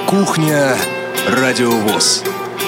Кухня Радиовоз.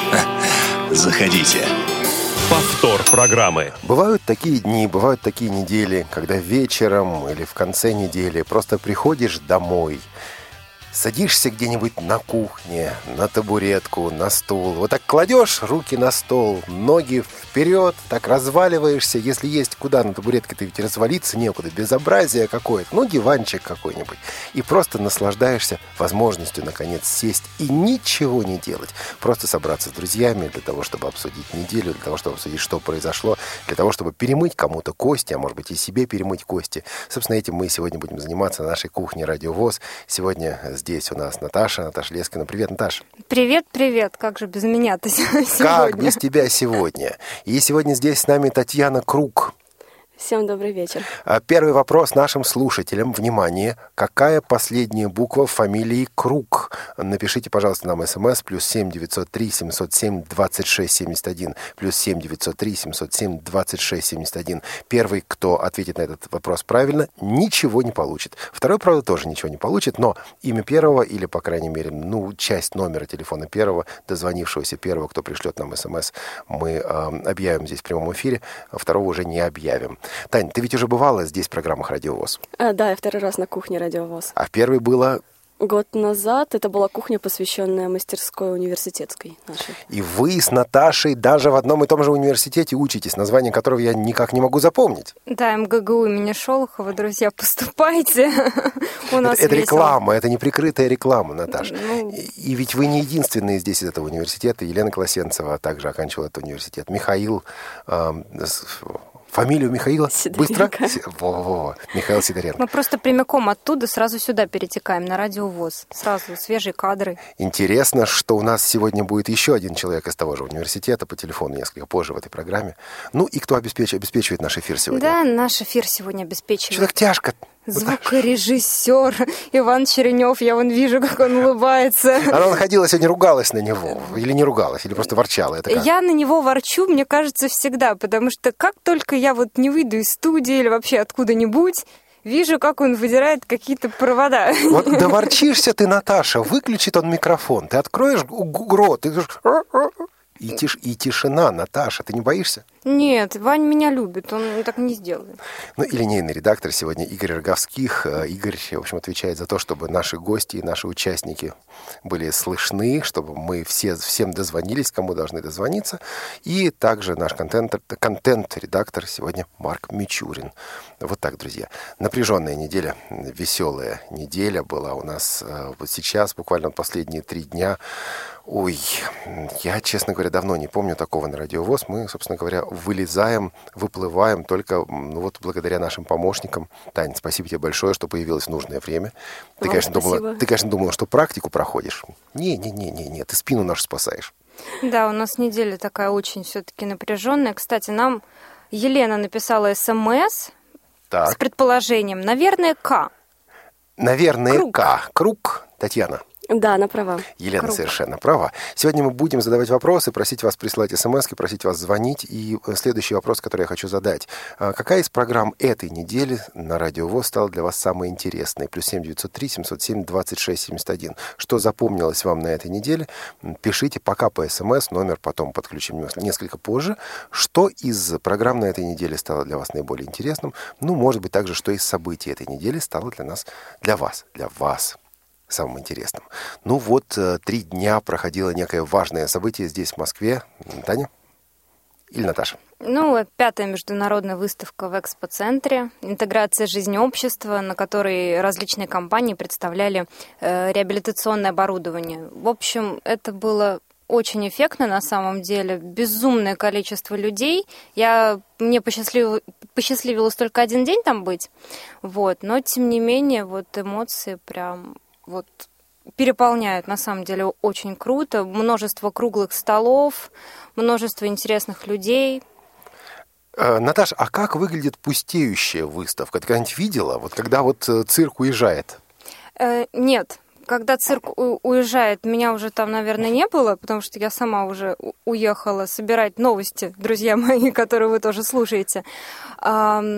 Заходите. Повтор программы. Бывают такие дни, бывают такие недели, когда вечером или в конце недели просто приходишь домой, садишься где-нибудь на кухне, на табуретку, на стул. Вот так кладешь руки на стол, ноги вперед, так разваливаешься. Если есть куда на табуретке, ты ведь развалиться некуда. Безобразие какое-то. Ну, диванчик какой-нибудь. И просто наслаждаешься возможностью, наконец, сесть и ничего не делать. Просто собраться с друзьями для того, чтобы обсудить неделю, для того, чтобы обсудить, что произошло, для того, чтобы перемыть кому-то кости, а может быть и себе перемыть кости. Собственно, этим мы сегодня будем заниматься на нашей кухне Радиовоз. Сегодня здесь у нас Наташа Лескина. Привет, Наташа. Привет. Как же без меня-то сегодня? Как без тебя сегодня? И сегодня здесь с нами Татьяна Круг. Всем добрый вечер. Первый вопрос нашим слушателям. Внимание, какая последняя буква в фамилии Круг? Напишите, пожалуйста, нам смс +7 903 707 26 71 +7 903 707 26 71. Первый, кто ответит на этот вопрос правильно, ничего не получит. Второй, правда, тоже ничего не получит, но имя первого или, по крайней мере, часть номера телефона первого, дозвонившегося первого, кто пришлет нам смс, мы объявим здесь в прямом эфире, а второго уже не объявим. Тань, ты ведь уже бывала здесь в программах «Радиовоз»? Да, я второй раз на кухне «Радиовоз». А в первой было... Год назад. Это была кухня, посвященная мастерской университетской нашей. И вы с Наташей даже в одном и том же университете учитесь, название которого я никак не могу запомнить. Да, МГГУ имени Шолохова, друзья, поступайте. Это реклама, это не прикрытая реклама, Наташа. И ведь вы не единственные здесь из этого университета. Елена Колосенцева также оканчивала этот университет. Михаил... Фамилию Михаила? Быстро? Михаил Сидоренко. Мы просто прямиком оттуда сразу сюда перетекаем, на Радиовоз. Сразу свежие кадры. Интересно, что у нас сегодня будет еще один человек из того же университета, по телефону несколько позже в этой программе. Ну и кто обеспечивает наш эфир сегодня? Да, наш эфир сегодня обеспечивает. Что так тяжко? Звукорежиссер Иван Черенев, я вон вижу, как он улыбается. Она ходила сегодня, ругалась на него. Или не ругалась, или просто ворчала. Это как? Я на него ворчу, мне кажется, всегда, потому что как только я вот не выйду из студии или вообще откуда-нибудь, вижу, как он выдирает какие-то провода. Вот да ворчишься ты, Наташа, выключит он микрофон, ты откроешь рот, и тишина, Наташа, ты не боишься? Нет, Вань меня любит, он так не сделает. Ну и линейный редактор сегодня Игорь Роговских. Игорь, в общем, отвечает за то, чтобы наши гости и наши участники были слышны, чтобы мы всем дозвонились, кому должны дозвониться. И также наш контент-редактор сегодня Марк Мичурин. Вот так, друзья. Напряженная неделя, веселая неделя была у нас вот сейчас, буквально последние 3 дня. Ой, я, честно говоря, давно не помню такого на Радиовоз. Мы, собственно говоря, выплываем только вот благодаря нашим помощникам. Таня, спасибо тебе большое, что появилась в нужное время. Ты, конечно, думала, что практику проходишь. Не, ты спину нашу спасаешь. Да, у нас неделя такая очень все-таки напряженная. Кстати, нам Елена написала СМС с предположением. Наверное, К. Наверное, К. Круг, Татьяна. Да, она права. Елена совершенно права. Сегодня мы будем задавать вопросы, просить вас прислать смс-ки, просить вас звонить. И следующий вопрос, который я хочу задать. Какая из программ этой недели на Радиовоз стала для вас самой интересной? +7 903 707 26 71. Что запомнилось вам на этой неделе? Пишите пока по смс, номер потом подключим несколько позже. Что из программ на этой неделе стало для вас наиболее интересным? Может быть, также, что из событий этой недели стало для вас самым интересным. 3 дня проходило некое важное событие здесь, в Москве. Таня? Или Наташа? 5-я международная выставка в экспоцентре «Интеграция жизни общества», на которой различные компании представляли реабилитационное оборудование. В общем, это было очень эффектно на самом деле. Безумное количество людей. Мне посчастливилось только 1 день там быть. Но, тем не менее, эмоции прям... переполняют, на самом деле, очень круто. Множество круглых столов, множество интересных людей. Наташа, а как выглядит пустеющая выставка? Ты когда-нибудь видела, когда цирк уезжает? Нет. Когда цирк уезжает, меня уже там, наверное, не было, потому что я сама уже уехала собирать новости, друзья мои, которые вы тоже слушаете.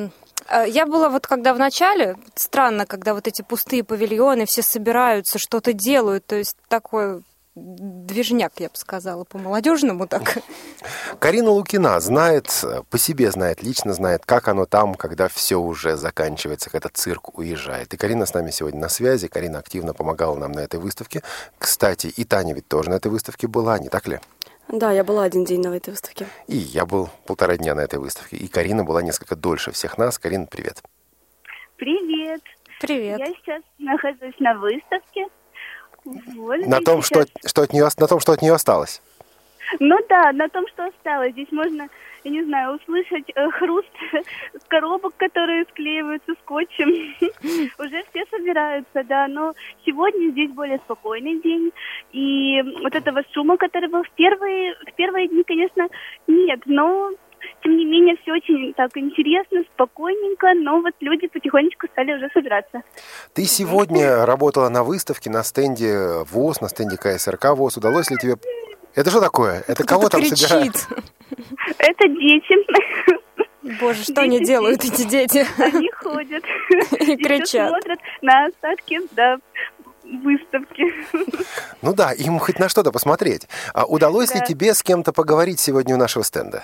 Я была вот когда в начале, странно, когда вот эти пустые павильоны, все собираются, что-то делают, то есть такой движняк, я бы сказала, по-молодежному так. Карина Лукина знает, по себе знает, лично знает, как оно там, когда все уже заканчивается, когда цирк уезжает. И Карина с нами сегодня на связи. Карина активно помогала нам на этой выставке. Кстати, и Таня ведь тоже на этой выставке была, не так ли? Да, я была 1 день на этой выставке. И я был 1,5 дня на этой выставке. И Карина была несколько дольше всех нас. Карина, привет. Привет. Привет. Я сейчас нахожусь на выставке. Вот, На том, сейчас... что от нее осталось. Ну да, на том, что осталось. Здесь можно, я не знаю, услышать хруст коробок, которые склеиваются скотчем. Уже все собираются, да. Но сегодня здесь более спокойный день. И вот этого шума, который был в первые дни, конечно, нет. Но тем не менее, все очень так интересно, спокойненько, но вот люди потихонечку стали уже собираться. Ты сегодня работала на выставке, на стенде ВОС, на стенде КСРК ВОС. Удалось ли тебе... Это что такое? Это кого там собирают? Это дети. Боже, что они делают, эти дети? Они ходят. И кричат. Смотрят на остатки, да, выставки. Ну да, им хоть на что-то посмотреть. А удалось ли тебе с кем-то поговорить сегодня у нашего стенда?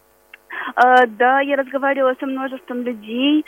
Да, я разговаривала со множеством людей,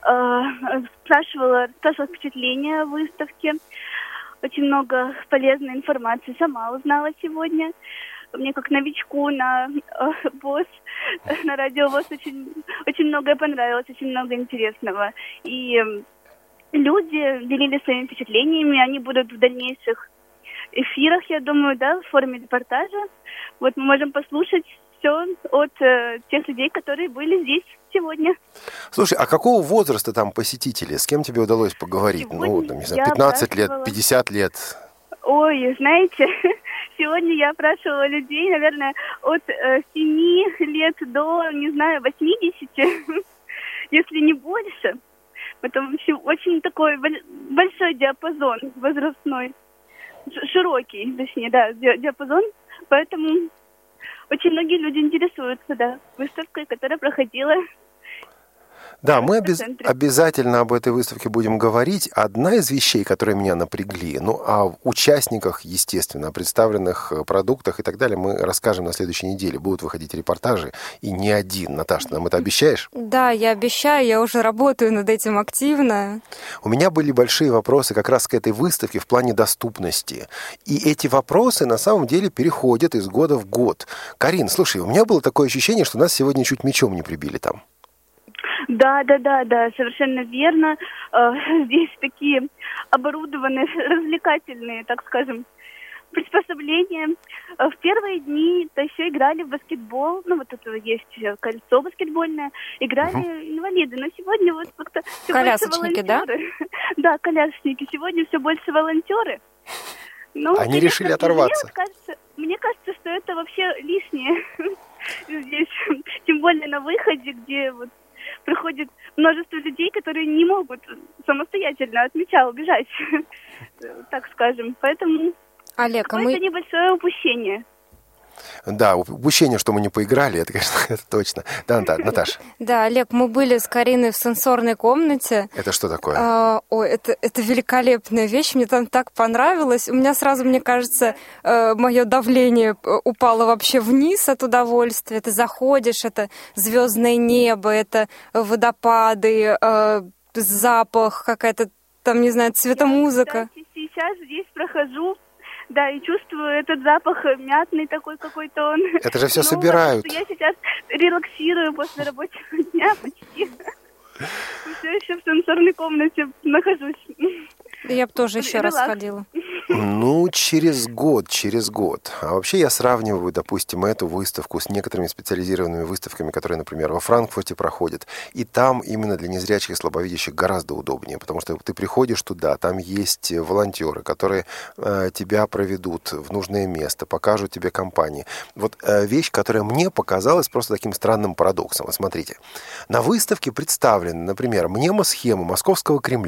спрашивала впечатления о выставке. Очень много полезной информации сама узнала сегодня. Мне как новичку на ВОС, на радио ВОС очень многое понравилось, очень много интересного. И люди делились своими впечатлениями, они будут в дальнейших эфирах, я думаю, да, в форме репортажа. Вот мы можем послушать все от тех людей, которые были здесь сегодня. Слушай, а какого возраста там посетители? С кем тебе удалось поговорить? Сегодня ну, там, не знаю, 15 лет, 50 лет? Ой, знаете, сегодня я опрашивала людей, наверное, от 7 лет до, не знаю, 80, если не больше. Потому что очень такой большой диапазон возрастной, широкий, точнее, да, диапазон, поэтому... Очень многие люди интересуются, да, выставкой, которая проходила. Да, мы обязательно об этой выставке будем говорить. Одна из вещей, которые меня напрягли, ну, о участниках, естественно, о представленных продуктах и так далее, мы расскажем на следующей неделе. Будут выходить репортажи, и не один. Наташа, ты нам это обещаешь? Да, я обещаю, я уже работаю над этим активно. У меня были большие вопросы как раз к этой выставке в плане доступности. И эти вопросы на самом деле переходят из года в год. Карин, слушай, у меня было такое ощущение, что нас сегодня чуть мечом не прибили там. Да, совершенно верно. Здесь такие оборудованные, развлекательные, так скажем, приспособления. В первые дни-то еще играли в баскетбол, ну вот это есть кольцо баскетбольное, играли инвалиды, но сегодня вот как-то все колясочники, больше волонтеры. Да, колясочники. Сегодня все больше волонтеры. Ну, они решили оторваться. Мне кажется, что это вообще лишнее здесь, тем более на выходе, где вот приходит множество людей, которые не могут самостоятельно от мяча убежать, так скажем. Поэтому Олег, какое-то небольшое упущение. Да, упущение, что мы не поиграли, это, конечно, это точно. Да, Наташа. Да, Олег, мы были с Кариной в сенсорной комнате. Это что такое? Это великолепная вещь, мне там так понравилось. У меня сразу, мне кажется, мое давление упало вообще вниз от удовольствия. Ты заходишь, это звездное небо, это водопады, запах, какая-то там, не знаю, цветомузыка. Я, кстати, сейчас здесь прохожу. Да, и чувствую этот запах мятный такой какой-то он. Это же все собирают. Я сейчас релаксирую после рабочего дня почти. Все еще в сенсорной комнате нахожусь. Я бы тоже еще раз ходила. Ну, через год. А вообще я сравниваю, допустим, эту выставку с некоторыми специализированными выставками, которые, например, во Франкфурте проходят. И там именно для незрячих и слабовидящих гораздо удобнее, потому что ты приходишь туда, там есть волонтеры, которые тебя проведут в нужное место, покажут тебе компании. Вот вещь, которая мне показалась просто таким странным парадоксом. Вот смотрите, на выставке представлены, например, мнемосхемы Московского Кремля,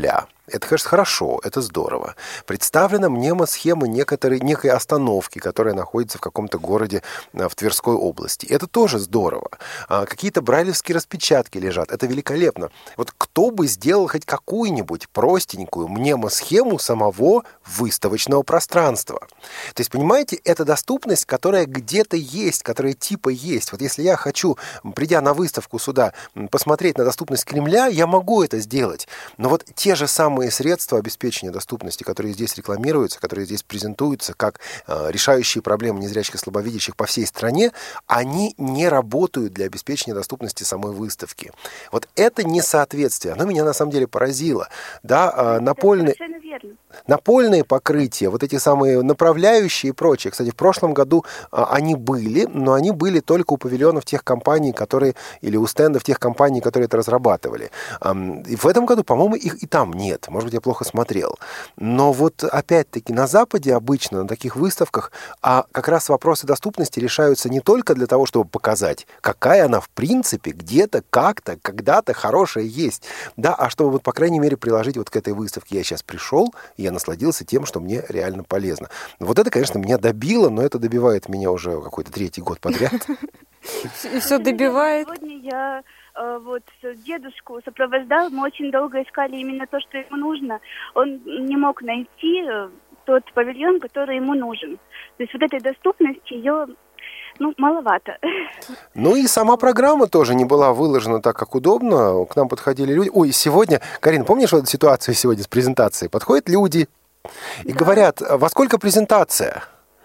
Это, конечно, хорошо, это здорово. Представлена мнемосхема некой остановки, которая находится в каком-то городе в Тверской области. Это тоже здорово. Какие-то брайлевские распечатки лежат. Это великолепно. Вот кто бы сделал хоть какую-нибудь простенькую мнемосхему самого выставочного пространства? То есть, понимаете, это доступность, которая где-то есть, которая типа есть. Вот если я хочу, придя на выставку сюда, посмотреть на доступность Кремля, я могу это сделать. Но вот те же самые средства обеспечения доступности, которые здесь рекламируются, которые здесь презентуются как решающие проблемы незрячих и слабовидящих по всей стране, они не работают для обеспечения доступности самой выставки. Вот это несоответствие, оно меня на самом деле поразило. Да, напольные покрытия, вот эти самые направляющие и прочее. Кстати, в прошлом году они были, но они были только у павильонов тех компаний, которые, или у стендов тех компаний, которые это разрабатывали. И в этом году, по-моему, их и там нет. Может быть, я плохо смотрел. Но вот опять-таки на Западе обычно на таких выставках как раз вопросы доступности решаются не только для того, чтобы показать, какая она в принципе где-то, как-то, когда-то хорошая есть, да, а чтобы вот, по крайней мере, приложить вот к этой выставке. Я сейчас пришел, и я насладился тем, что мне реально полезно. Вот это, конечно, меня добило, но это добивает меня уже какой-то 3-й год подряд. И все добивает. Сегодня я дедушку сопровождал, мы очень долго искали именно то, что ему нужно. Он не мог найти тот павильон, который ему нужен. То есть вот этой доступности ее, маловато. Ну и сама программа тоже не была выложена так, как удобно. К нам подходили люди. Ой, сегодня, Карина, помнишь вот эту ситуацию сегодня с презентацией? Подходят люди и говорят, во сколько презентация?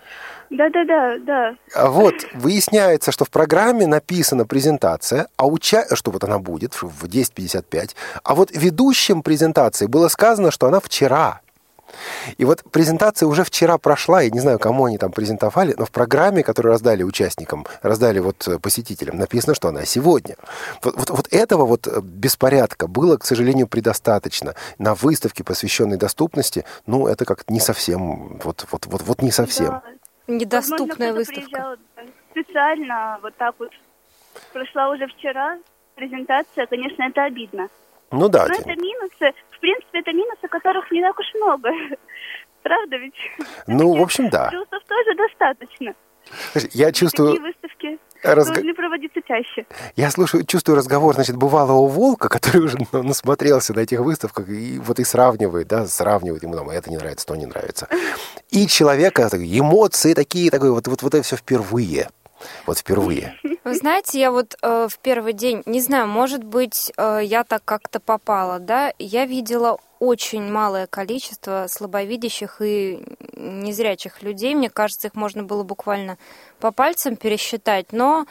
Да. Вот, выясняется, что в программе написана презентация, что вот она будет в 10:55, а вот ведущим презентации было сказано, что она вчера. И вот презентация уже вчера прошла, я не знаю, кому они там презентовали, но в программе, которую раздали участникам, раздали вот посетителям, написано, что она сегодня. Вот этого вот беспорядка было, к сожалению, предостаточно. На выставке, посвященной доступности, это как-то не совсем, вот не совсем. Да. Недоступная выставка. Приезжал специально, вот так вот. Прошла уже вчера презентация, конечно, это обидно. Ну да. Но это минусы, в принципе, это минусы, которых не так уж много. Правда ведь? В общем, да. Плюсов тоже достаточно. Я чувствую... Такие выставки должны проводиться чаще. Я чувствую разговор, бывалого волка, который уже насмотрелся на этих выставках и сравнивает, ему это не нравится, то не нравится. И человека, эмоции такие, вот это все впервые. Вот впервые. Вы знаете, я в первый день, не знаю, может быть, я так как-то попала, да, я видела очень малое количество слабовидящих и незрячих людей. Мне кажется, их можно было буквально по пальцам пересчитать. Но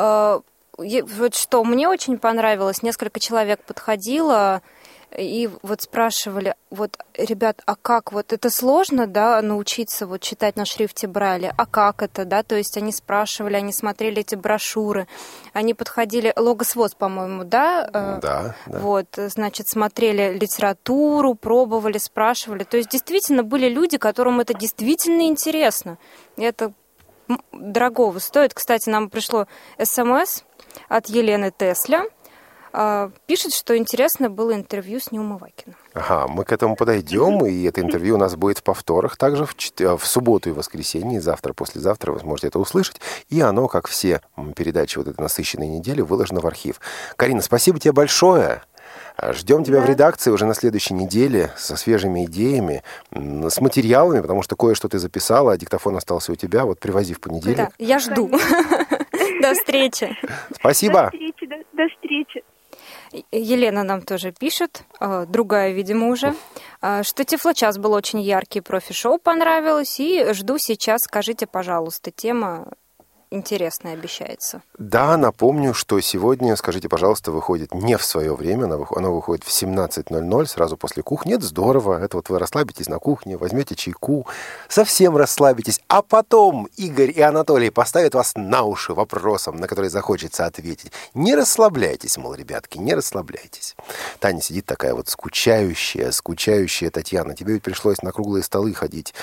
вот что мне очень понравилось, несколько человек подходило и спрашивали, ребят, а как, это сложно, да, научиться читать на шрифте Брайля, а как это, да, то есть они спрашивали, они смотрели эти брошюры, они подходили, Логос ВОС, по-моему, да? Да. Смотрели литературу, пробовали, спрашивали, то есть действительно были люди, которым это действительно интересно, и это дорогого стоит. Кстати, нам пришло СМС от Елены Тесля, пишет, что интересно было интервью с Неумывакиным. Ага, мы к этому подойдем, и это интервью у нас будет в повторах, также в субботу и воскресенье, завтра, послезавтра вы сможете это услышать, и оно, как все передачи этой насыщенной недели, выложено в архив. Карина, спасибо тебе большое. Ждем тебя в редакции уже на следующей неделе со свежими идеями, с материалами, потому что кое-что ты записала, а диктофон остался у тебя. Привози в понедельник. Да, я жду. До встречи. Спасибо. До встречи. Елена нам тоже пишет, другая, видимо, уже, что Тифлочас был очень яркий, профи-шоу понравилось, и жду сейчас, скажите, пожалуйста, тема интересное обещается. Да, напомню, что сегодня, скажите, пожалуйста, выходит не в свое время, оно выходит в 17:00, сразу после кухни. Это здорово, это вы расслабитесь на кухне, возьмете чайку, совсем расслабитесь, а потом Игорь и Анатолий поставят вас на уши вопросом, на который захочется ответить. Не расслабляйтесь, ребятки, не расслабляйтесь. Таня сидит такая скучающая Татьяна. Тебе ведь пришлось на круглые столы ходить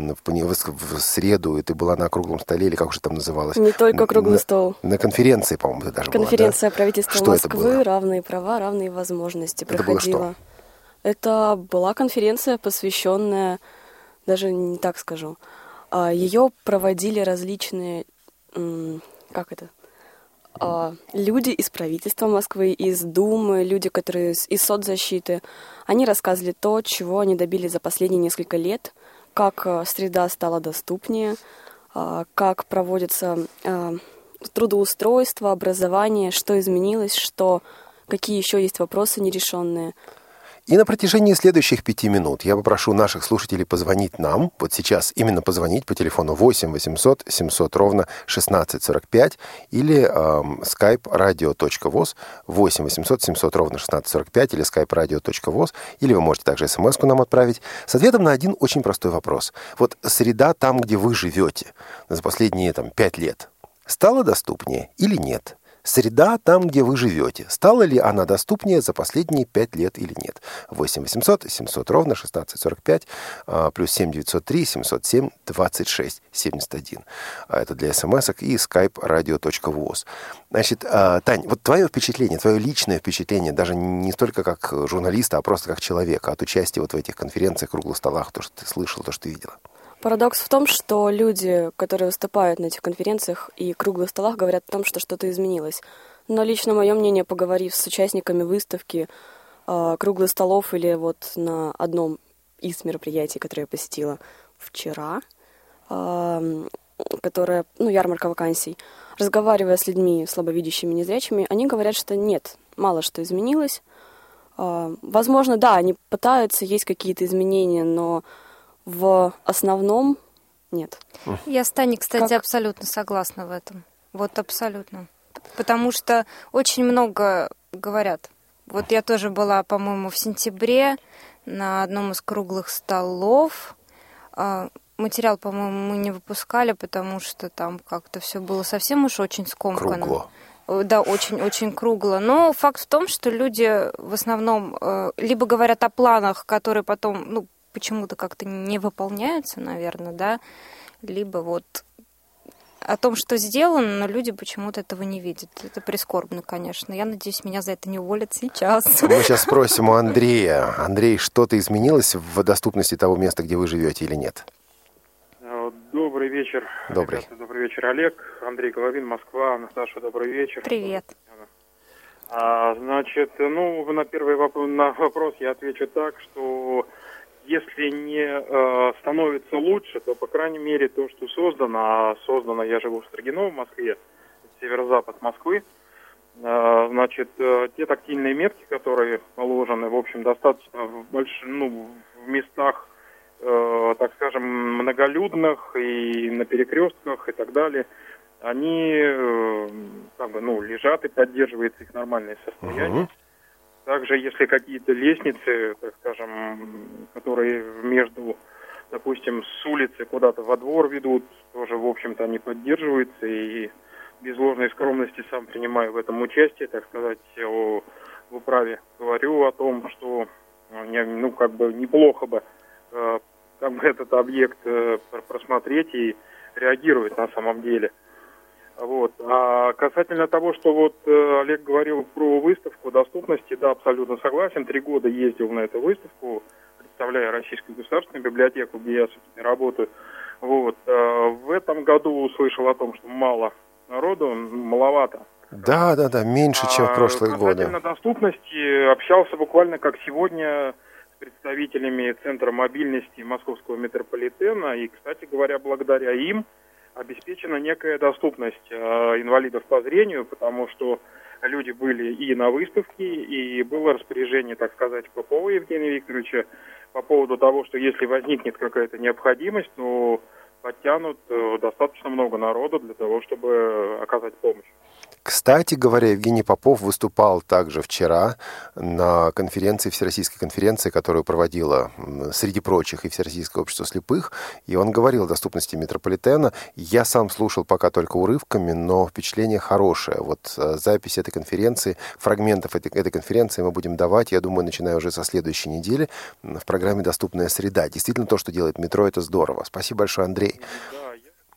в среду, и ты была на круглом столе, или как уже там называлось? Не только круглый стол. На конференции, по-моему, ты даже Конференция была, да? правительства Что Москвы, равные права, равные возможности. Это было что? Это была конференция, посвященная, даже не так скажу, ее проводили различные, люди из правительства Москвы, из Думы, люди, которые из соцзащиты. Они рассказывали то, чего они добились за последние несколько лет, как среда стала доступнее, как проводится трудоустройство, образование, что изменилось, какие еще есть вопросы нерешенные. И на протяжении следующих 5 минут я попрошу наших слушателей позвонить нам, вот сейчас именно позвонить по телефону 8 800 700 ровно 1645 или skype radio.voz 8 800 700 ровно 1645 или skype radio.voz, или вы можете также смс-ку нам отправить с ответом на один очень простой вопрос. Вот среда там, где вы живете за последние 5 лет, стала доступнее или нет? Среда там, где вы живете. Стала ли она доступнее за последние 5 лет или нет? 8 800 700 ровно 1645 плюс 7 903 707 26 71. Это для смс-ок и skype radio.voz. Значит, Тань, вот твое впечатление, твое личное впечатление, даже не столько как журналиста, а просто как человека от участия вот в этих конференциях, круглых столах, то, что ты слышал, то, что ты видела. Парадокс в том, что люди, которые выступают на этих конференциях и круглых столах, говорят о том, что что-то изменилось. Но лично мое мнение, поговорив с участниками выставки, круглых столов или вот на одном из мероприятий, которое я посетила вчера, которая, ярмарка вакансий, разговаривая с людьми слабовидящими, незрячими, они говорят, что нет, мало что изменилось. Возможно, да, они пытаются, есть какие-то изменения, но в основном нет. Я с Таней, кстати, абсолютно согласна в этом. Вот абсолютно. Потому что очень много говорят. Вот я тоже была, по-моему, в сентябре на одном из круглых столов. Материал, по-моему, мы не выпускали, потому что там как-то все было совсем уж очень скомкано. Кругло. Да, очень-очень кругло. Но факт в том, что люди в основном либо говорят о планах, которые потом, почему-то как-то не выполняются, наверное, да, либо вот о том, что сделано, но люди почему-то этого не видят. Это прискорбно, конечно. Я надеюсь, меня за это не уволят сейчас. Мы сейчас спросим у Андрея. Андрей, что-то изменилось в доступности того места, где вы живете, или нет? Добрый вечер. Добрый. Ребята, добрый вечер, Олег. Андрей Головин, Москва. Наташа, добрый вечер. Привет. Значит, на первый вопрос я отвечу так, что если не становится лучше, то, по крайней мере, то, что создано, я живу в Строгино, в Москве, северо-запад Москвы, значит, те тактильные метки, которые положены, в общем, достаточно в местах, так скажем, многолюдных и на перекрестках и так далее, они лежат и поддерживается их нормальное состояние. Также, если какие-то лестницы, так скажем, которые между, допустим, с улицы куда-то во двор ведут, тоже, в общем-то, они поддерживаются. И без ложной скромности сам принимаю в этом участие, так сказать, в управе говорю о том, что неплохо бы этот объект просмотреть и реагировать на самом деле. Вот. А касательно того, что Олег говорил про выставку доступности, да, абсолютно согласен. 3 года ездил на эту выставку, представляя Российскую государственную библиотеку, где я, собственно, работаю. Вот. В этом году услышал о том, что мало народу, маловато. Да, меньше, чем в прошлые годы. Касательно доступности, общался буквально как сегодня с представителями Центра мобильности Московского метрополитена. И, кстати говоря, благодаря им обеспечена некая доступность инвалидов по зрению, потому что люди были и на выставке, и было распоряжение, так сказать, Попова Евгения Викторовича по поводу того, что если возникнет какая-то необходимость, то подтянут достаточно много народу для того, чтобы оказать помощь. Кстати говоря, Евгений Попов выступал также вчера на конференции, всероссийской конференции, которую проводила, среди прочих, и Всероссийское общество слепых, и он говорил о доступности метрополитена. Я сам слушал пока только урывками, но впечатление хорошее. Вот запись этой конференции, фрагментов этой конференции мы будем давать, я думаю, начиная уже со следующей недели в программе «Доступная среда». Действительно, то, что делает метро, это здорово. Спасибо большое, Андрей.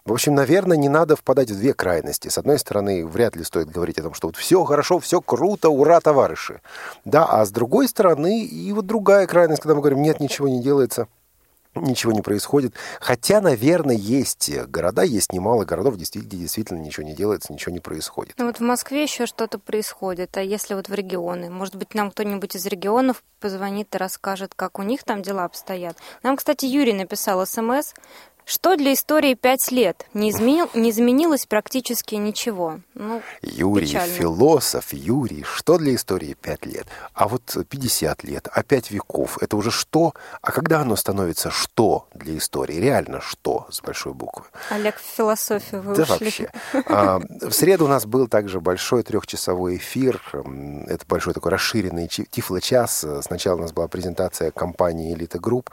В общем, наверное, не надо впадать в две крайности. С одной стороны, вряд ли стоит говорить о том, что вот все хорошо, все круто, ура, товарищи. Да, а с другой стороны, и вот другая крайность, когда мы говорим, нет, ничего не делается, ничего не происходит. Хотя, наверное, есть города, есть немало городов, где действительно ничего не делается, ничего не происходит. Ну вот в Москве еще что-то происходит, а если вот в регионы? Может быть, нам кто-нибудь из регионов позвонит и расскажет, как у них там дела обстоят. Нам, кстати, Юрий написал СМС, что для истории 5 лет? Не изменилось практически ничего. Ну, Юрий, печально. философ, Юрий, что для истории 5 лет? А вот 50 лет, а 5 веков, это уже что? А когда оно становится что для истории? Реально что с большой буквы? Олег, в философию вы Да ушли. вообще. В среду у нас был также большой 3-часовой эфир. Это большой такой расширенный Тифло-час. Сначала у нас была презентация компании «Элита Групп»,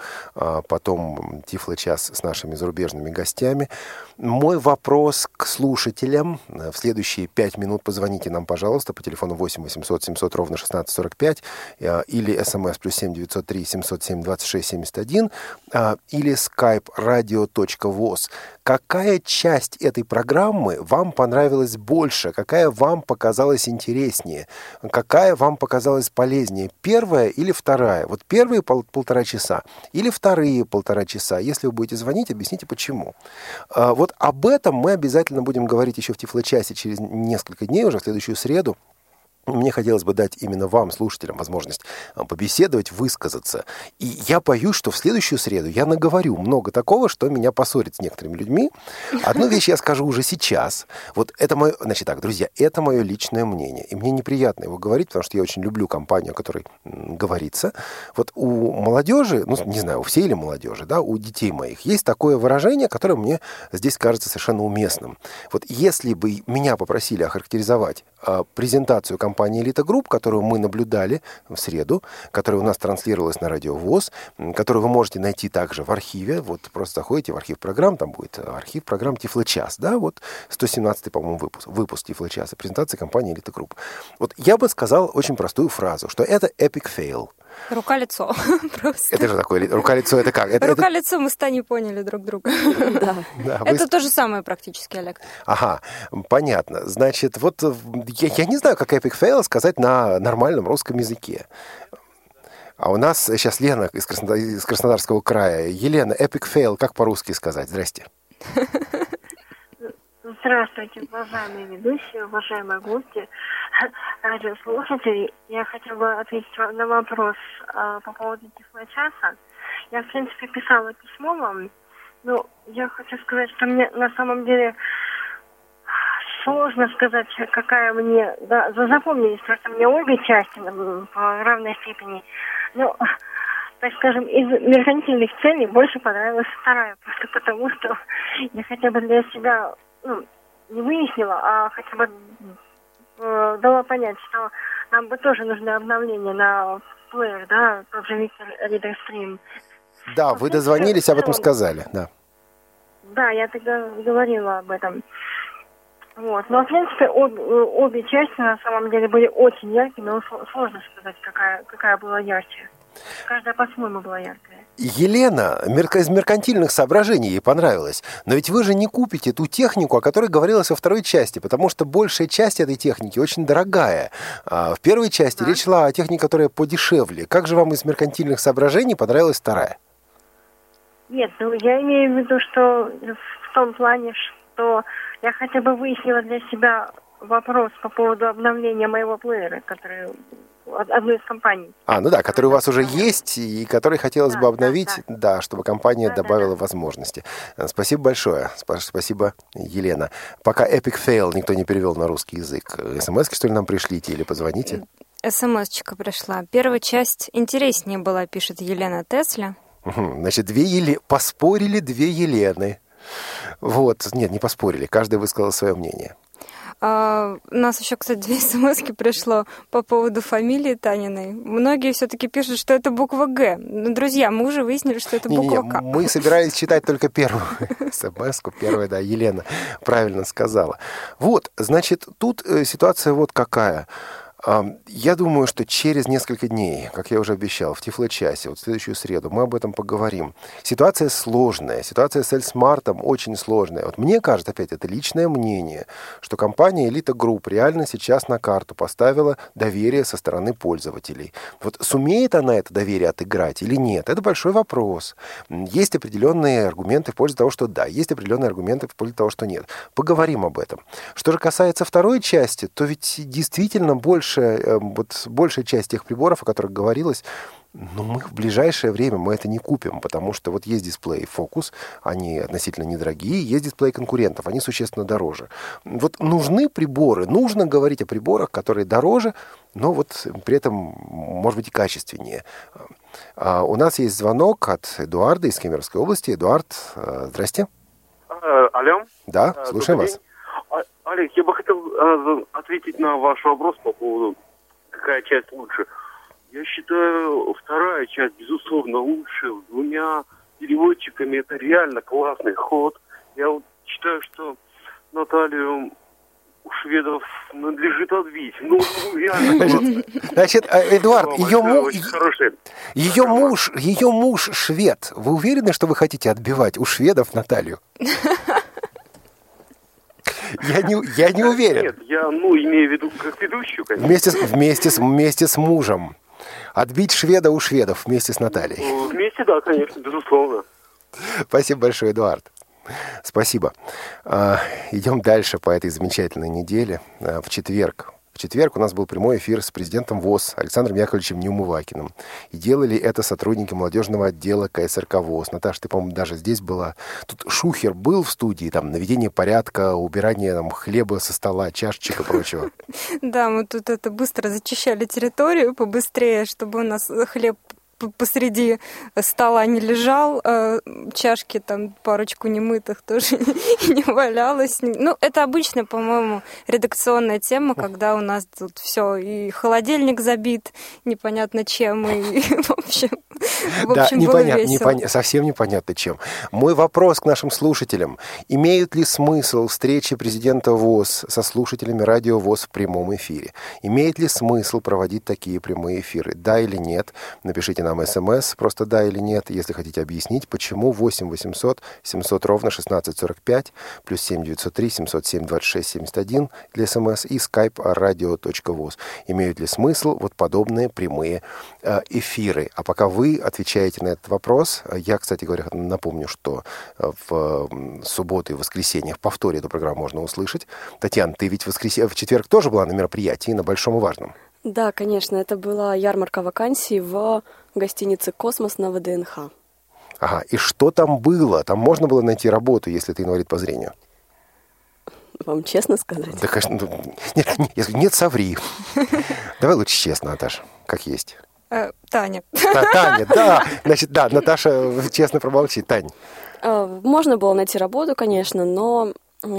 потом Тифло-час с нашими зарубежными гостями. Мой вопрос к слушателям. В следующие 5 минут позвоните нам, пожалуйста, по телефону 8 800 700 ровно 1645 или смс +7 903 707 26 71 или skype radio.voz. Какая часть этой программы вам понравилась больше? Какая вам показалась интереснее? Какая вам показалась полезнее? Первая или вторая? Вот первые полтора часа или вторые полтора часа? Если вы будете звонить, объясните, почему. Вот об этом мы обязательно будем говорить еще в Тифло-часе через несколько дней, уже в следующую среду. Мне хотелось бы дать именно вам, слушателям, возможность побеседовать, высказаться. И я боюсь, что в следующую среду я наговорю много такого, что меня поссорит с некоторыми людьми. Одну вещь я скажу уже сейчас. Вот это мое... Значит так, друзья, это мое личное мнение. И мне неприятно его говорить, потому что я очень люблю компанию, о которой говорится. Вот у молодежи, ну, не знаю, у всей или молодежи, да, у детей моих, есть такое выражение, которое мне здесь кажется совершенно уместным. Вот если бы меня попросили охарактеризовать презентацию компании «Элита Групп», которую мы наблюдали в среду, которая у нас транслировалась на Радио ВОС, которую вы можете найти также в архиве. Вот просто заходите в архив программ, там будет архив программ «Тифло-час», да, вот 117-й, по-моему, выпуск «Тифло-часа», презентация компании «Элита Групп». Вот я бы сказал очень простую фразу, что это epic fail. Рука-лицо. Просто. Это же такое, рука-лицо, это как? Рука-лицо, мы с Таней поняли друг друга. Да. Это то же самое практически, Олег. Ага, понятно. Значит, вот я не знаю, как epic fail сказать на нормальном русском языке. А у нас сейчас Лена из Краснодарского края. Елена, epic fail, как по-русски сказать? Здрасте. Здравствуйте, уважаемые ведущие, уважаемые гости, радиослушатели. Я хотела бы ответить на вопрос по поводу Тифло-часа. Я, в принципе, писала письмо вам, но я хочу сказать, что мне на самом деле сложно сказать, какая мне... Да, запомнились просто мне обе части в равной степени. Но, так скажем, из меркантильных целей больше понравилась вторая, просто потому что я хотя бы для себя... не выяснила, а хотя бы дала понять, что нам бы тоже нужны обновления на плеер, да, тот же Victor Reader Stream. Да, вы дозвонились, об этом сказали, да. Да, я тогда говорила об этом. Вот. Но, в принципе, обе части на самом деле были очень яркими, но сложно сказать, какая была ярче. Каждая по-своему была яркая. Елена, из меркантильных соображений ей понравилось. Но ведь вы же не купите ту технику, о которой говорилось во второй части, потому что большая часть этой техники очень дорогая. В первой части речь шла о технике, которая подешевле. Как же вам из меркантильных соображений понравилась вторая? Нет, я имею в виду, что в том плане, что я хотя бы выяснила для себя вопрос по поводу обновления моего плеера, который... одной из компаний. Ну да, который у вас уже есть и который хотелось бы обновить, да, чтобы компания добавила возможности. Спасибо большое. Спасибо, Елена. Пока epic fail никто не перевел на русский язык. СМС-ки, что ли, нам пришлите или позвоните? СМС-чика пришла. Первая часть интереснее была, пишет Елена Тесля. Значит, поспорили две Елены. Вот, нет, не поспорили, каждый высказал свое мнение. У нас еще, кстати, 2 смс-ки пришло по поводу фамилии Таниной. Многие все-таки пишут, что это буква «Г». Но, друзья, мы уже выяснили, что это буква «К». Мы собирались читать только первую смс-ку. Первая, да, Елена правильно сказала. Вот, значит, тут ситуация вот какая. Я думаю, что через несколько дней, как я уже обещал, в Тифло-часе, вот в следующую среду, мы об этом поговорим. Ситуация сложная, ситуация с Эльсмартом очень сложная. Вот мне кажется, опять, это личное мнение, что компания Elite Group реально сейчас на карту поставила доверие со стороны пользователей. Вот сумеет она это доверие отыграть или нет, это большой вопрос. Есть определенные аргументы в пользу того, что да, есть определенные аргументы в пользу того, что нет. Поговорим об этом. Что же касается второй части, то ведь действительно большая часть тех приборов, о которых говорилось, мы в ближайшее время мы это не купим, потому что вот есть дисплеи Focus, они относительно недорогие, есть дисплеи конкурентов, они существенно дороже. Вот нужны приборы, нужно говорить о приборах, которые дороже, но вот при этом, может быть, и качественнее. У нас есть звонок от Эдуарда из Кемеровской области. Эдуард, здрасте. Алло. Да, слушаем вас. Олег, я бы хотел ответить на ваш вопрос по поводу, какая часть лучше. Я считаю, вторая часть, безусловно, лучше. С двумя переводчиками это реально классный ход. Я вот считаю, что Наталью у шведов надлежит отбить. Реально. Значит, Эдуард, ее муж швед. Вы уверены, что вы хотите отбивать у шведов Наталью? Я не уверен. Нет, я имею в виду как ведущую, конечно. Вместе с мужем. Отбить шведа у шведов вместе с Натальей. Вместе, да, конечно, безусловно. Спасибо большое, Эдуард. Спасибо. Идем дальше по этой замечательной неделе. В четверг у нас был прямой эфир с президентом ВОС Александром Яковлевичем Неумывакиным. И делали это сотрудники молодежного отдела КСРК ВОС. Наташа, ты, по-моему, даже здесь была. Тут Шухер был в студии, там, наведение порядка, убирание хлеба со стола, чашечек и прочего. Да, мы тут быстро зачищали территорию побыстрее, чтобы у нас хлеб посреди стола не лежал, чашки там парочку немытых тоже не валялось. Это обычная, по-моему, редакционная тема, когда у нас тут все, и холодильник забит непонятно чем, и в общем было весело. Совсем непонятно чем. Мой вопрос к нашим слушателям. Имеют ли смысл встречи президента ВОС со слушателями радио ВОС в прямом эфире? Имеет ли смысл проводить такие прямые эфиры? Да или нет? Напишите нам СМС, просто да или нет, если хотите объяснить, почему. 8 800 700 ровно 1645, плюс 7 903 707 26 71 для СМС и skype radio.voz. Имеют ли смысл вот подобные прямые эфиры? А пока вы отвечаете на этот вопрос, я, кстати говоря, напомню, что в субботу и воскресенье в повторе эту программу можно услышать. Татьяна, ты ведь в четверг тоже была на мероприятии, на большом и важном? Да, конечно, это была ярмарка вакансий в гостинице «Космос» на ВДНХ. Ага, и что там было? Там можно было найти работу, если ты инвалид по зрению? Вам честно сказать? Да, конечно. Нет, соври. Давай лучше честно, Наташа, как есть. Таня. Таня, да. Значит, да, Наташа честно промолчит. Тань. Можно было найти работу, конечно, но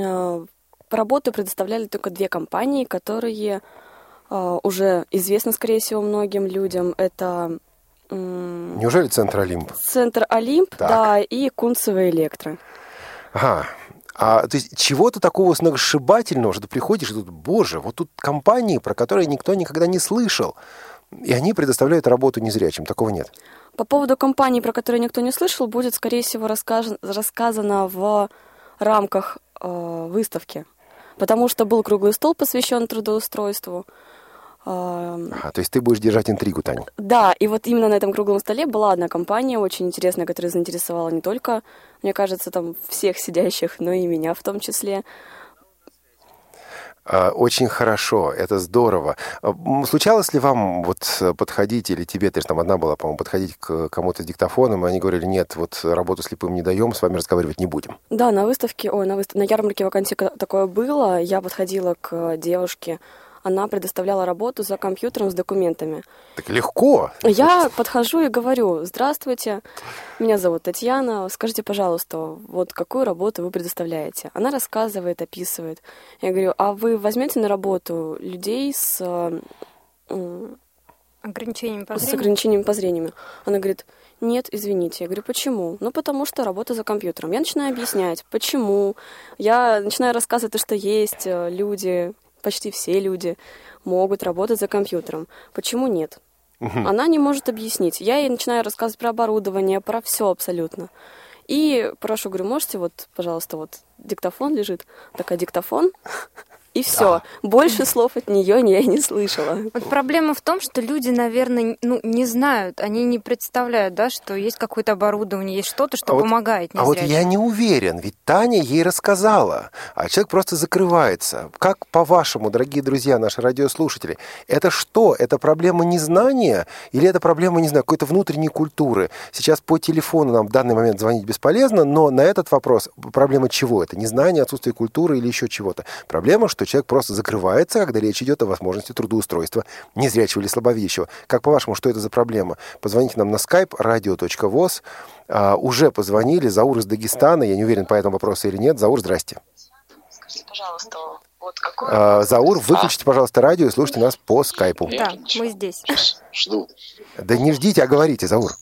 работу предоставляли только две компании, которые уже известны, скорее всего, многим людям. Это... Неужели Центр Олимп? Центр Олимп, так. Да, и Кунцево Электро. Ага. То есть чего-то такого сногсшибательного, что ты приходишь и тут, боже, вот тут компании, про которые никто никогда не слышал, и они предоставляют работу незрячим. Такого нет. По поводу компаний, про которые никто не слышал, будет, скорее всего, рассказано в рамках выставки. Потому что был круглый стол, посвящен трудоустройству. То есть ты будешь держать интригу, Таня? Да, и вот именно на этом круглом столе была одна компания очень интересная, которая заинтересовала не только, мне кажется, там всех сидящих, но и меня в том числе. Очень хорошо, это здорово. Случалось ли вам вот подходить, или тебе, ты же там одна была, по-моему, подходить к кому-то с диктофоном, и они говорили, нет, вот работу слепым не даем, с вами разговаривать не будем? Да, на ярмарке вакансий такое было. Я подходила к девушке, она предоставляла работу за компьютером с документами. Так легко. Я подхожу и говорю, здравствуйте, меня зовут Татьяна, скажите, пожалуйста, вот какую работу вы предоставляете? Она рассказывает, описывает. Я говорю, а вы возьмете на работу людей с ограничениями по зрению? С ограничениями по зрению. Она говорит, нет, извините. Я говорю, почему? Потому что работа за компьютером. Я начинаю объяснять, почему. Я начинаю рассказывать, что есть люди, почти все люди могут работать за компьютером. Почему нет? Она не может объяснить. Я ей начинаю рассказывать про оборудование, про все абсолютно. И прошу, говорю, можете вот, пожалуйста, вот диктофон лежит. Такая, диктофон? И все. Больше слов от нее я не слышала. Вот проблема в том, что люди, наверное, не знают, они не представляют, да, что есть какое-то оборудование, есть что-то, что помогает незрячим. А вот я не уверен, ведь Таня ей рассказала, а человек просто закрывается. Как по-вашему, дорогие друзья, наши радиослушатели, это что? Это проблема незнания или это проблема, не знаю, какой-то внутренней культуры? Сейчас по телефону нам в данный момент звонить бесполезно, но на этот вопрос проблема чего? Это незнание, отсутствие культуры или еще чего-то? Проблема, что человек просто закрывается, когда речь идет о возможности трудоустройства незрячего или слабовидящего. Как по-вашему, что это за проблема? Позвоните нам на skype radio.voz. Уже позвонили. Заур из Дагестана. Я не уверен, по этому вопросу или нет. Заур, здрасте. Скажите, пожалуйста, вот какой... Заур, выключите, пожалуйста, радио и слушайте нас по скайпу. Да, мы здесь. Жду. Да не ждите, а говорите, Заур.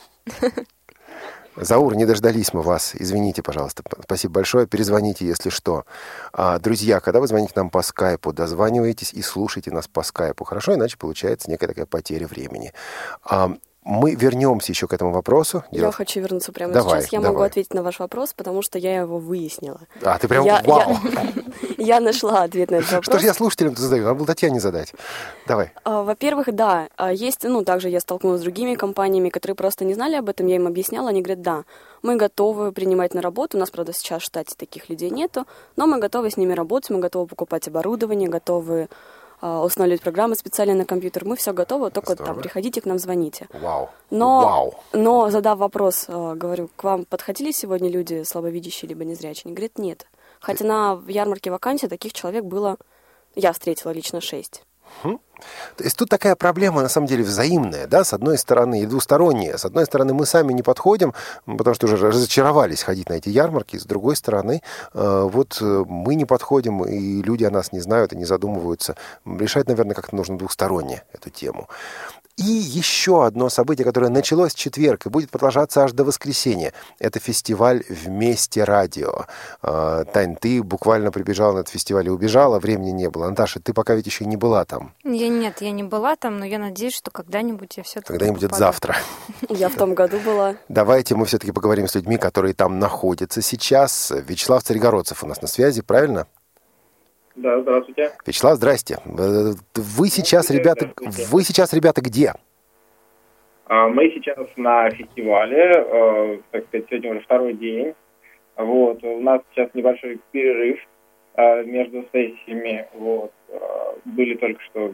Заур, не дождались мы вас. Извините, пожалуйста. Спасибо большое. Перезвоните, если что. Друзья, когда вы звоните нам по скайпу, дозваниваетесь и слушайте нас по скайпу. Хорошо? Иначе получается некая такая потеря времени. Мы вернемся еще к этому вопросу. Я хочу вернуться прямо сейчас. Я могу ответить на ваш вопрос, потому что я его выяснила. Ты прям вау! Я нашла ответ на этот вопрос. Что же я слушателям-то задаю? Надо было Татьяне задать. Давай. Во-первых, да, есть, также я столкнулась с другими компаниями, которые просто не знали об этом, я им объясняла, они говорят, да, мы готовы принимать на работу, у нас, правда, сейчас в штате таких людей нету, но мы готовы с ними работать, мы готовы покупать оборудование, готовы устанавливать программы специально на компьютер. Мы все готовы, только там приходите к нам, звоните. Вау. Но задав вопрос, говорю, к вам подходили сегодня люди слабовидящие либо незрячие? Они говорят, нет. Хотя на ярмарке вакансий таких человек было, я встретила лично 6. То есть тут такая проблема, на самом деле, взаимная, да, с одной стороны, и двусторонняя. С одной стороны, мы сами не подходим, потому что уже разочаровались ходить на эти ярмарки. С другой стороны, мы не подходим, и люди о нас не знают и не задумываются. Решать, наверное, как-то нужно двусторонне эту тему. И еще одно событие, которое началось в четверг и будет продолжаться аж до воскресенья. Это фестиваль «Вместе радио». Тань, ты буквально прибежала на этот фестиваль и убежала, времени не было. Наташа, ты пока ведь еще и не была там. Нет, я не была там, но я надеюсь, что когда-нибудь я все-таки Когда-нибудь это завтра. Я в том году была. Давайте мы все-таки поговорим с людьми, которые там находятся сейчас. Вячеслав Царегородцев у нас на связи, правильно? Да, здравствуйте. Вячеслав, здрасте. Вы сейчас, ребята, где? Мы сейчас на фестивале, так сказать, сегодня уже второй день. Вот, у нас сейчас небольшой перерыв между сессиями. Вот, были только что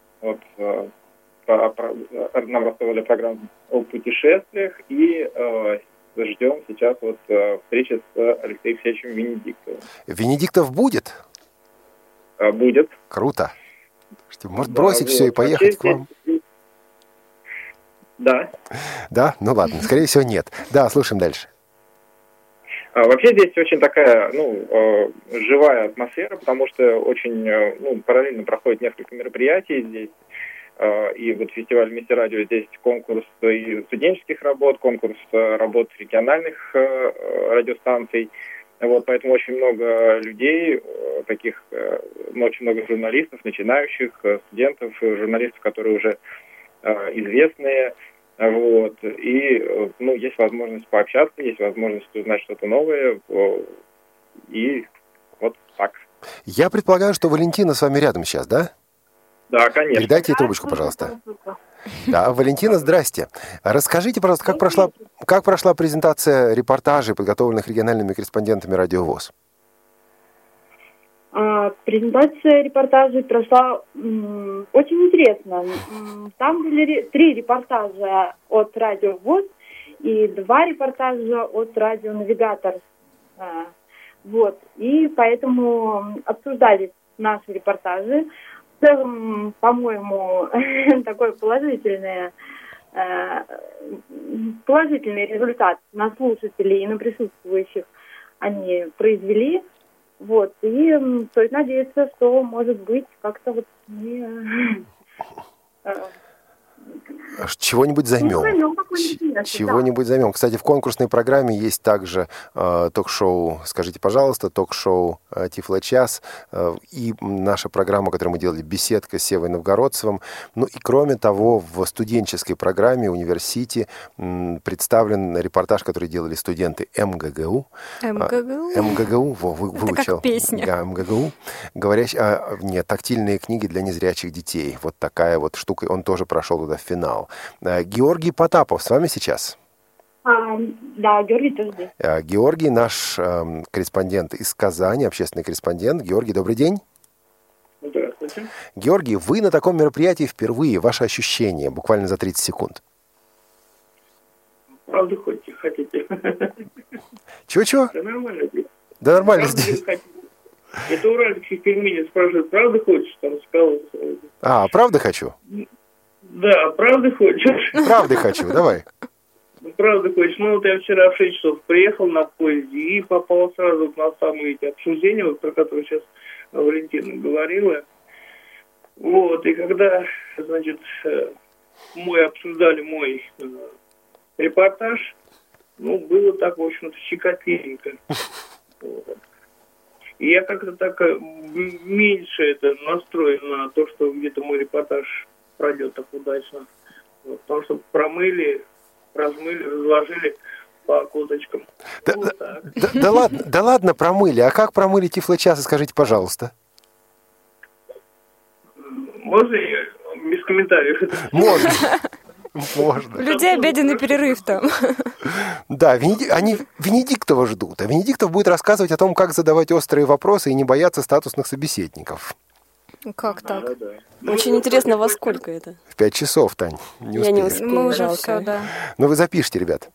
нам рассказывали программу о путешествиях и ждем сейчас встречи с Алексеем Алексеевичем Венедиктовым. Венедиктов будет? Будет. Круто. Может, бросить все и поехать к вам? Да. Да? Ну ладно, скорее всего, нет. Да, слушаем дальше. Вообще здесь очень такая, живая атмосфера, потому что очень, параллельно проходит несколько мероприятий здесь. И вот фестиваль «Вместе радио», здесь конкурс и студенческих работ, конкурс работ региональных радиостанций. Вот, поэтому очень много людей, очень много журналистов, начинающих, студентов, журналистов, которые уже известные. Вот, и, есть возможность пообщаться, есть возможность узнать что-то новое, и вот так. Я предполагаю, что Валентина с вами рядом сейчас, да? Да, конечно. Передайте ей трубочку, пожалуйста. Да, Валентина, здрасте. Расскажите, пожалуйста, как прошла презентация репортажей, подготовленных региональными корреспондентами «Радио ВОС»? Презентация репортажей прошла очень интересно. Там были 3 репортажа от «Радио ВОС» и 2 репортажа от «Радио Навигатор». Вот. И поэтому обсуждались наши репортажи. В целом, по-моему, такой положительный результат на слушателей и на присутствующих они произвели. Вот, и стоит надеяться, что, может быть, как-то мы Чего-нибудь займем. Чего-нибудь займем. Кстати, в конкурсной программе есть также ток-шоу «Скажите, пожалуйста», ток-шоу «Тифло-час» и наша программа, которую мы делали, «Беседка» с Севой Новгородцевым. Ну и кроме того, в студенческой программе «Университи» представлен репортаж, который делали студенты МГГУ. МГГУ, выучил. Это как песня. Да, МГГУ. Тактильные книги для незрячих детей. Вот такая вот штука. Он тоже прошел туда в финал. Георгий Потапов с вами сейчас. Да, Георгий тоже здесь. Георгий, наш корреспондент из Казани, общественный корреспондент. Георгий, добрый день. Здравствуйте. Георгий, вы на таком мероприятии впервые. Ваши ощущения буквально за 30 секунд. Правда хотите? Чего-чего? Да нормально здесь. Да нормально здесь. Это уральские пельмени спрашивают, правда хочешь? Там сказал. Правда хочу? Да, правда хочешь? Правда хочу, давай. Правда хочешь. Ну, вот я вчера в 6 часов приехал на поезде и попал сразу на самые эти обсуждения, вот, про которые сейчас Валентина говорила. Вот, и когда, значит, обсуждали мой репортаж, было так, в общем-то, щекотливенько. Вот. И я как-то так меньше настроен на то, что где-то мой репортаж пройдет так удачно. Вот, потому что размыли, разложили по куточкам. Да ладно, промыли. А как промыли Тифло-час, скажите, пожалуйста? Можно я без комментариев? Можно. У людей обеденный перерыв там. Да, они Венедиктова ждут. А Венедиктов будет рассказывать о том, как задавать острые вопросы и не бояться статусных собеседников. Как так? Очень интересно, во сколько это? В 5 часов, Тань. Я не успею. Мы уже все, да. Ну, вы запишите, ребят.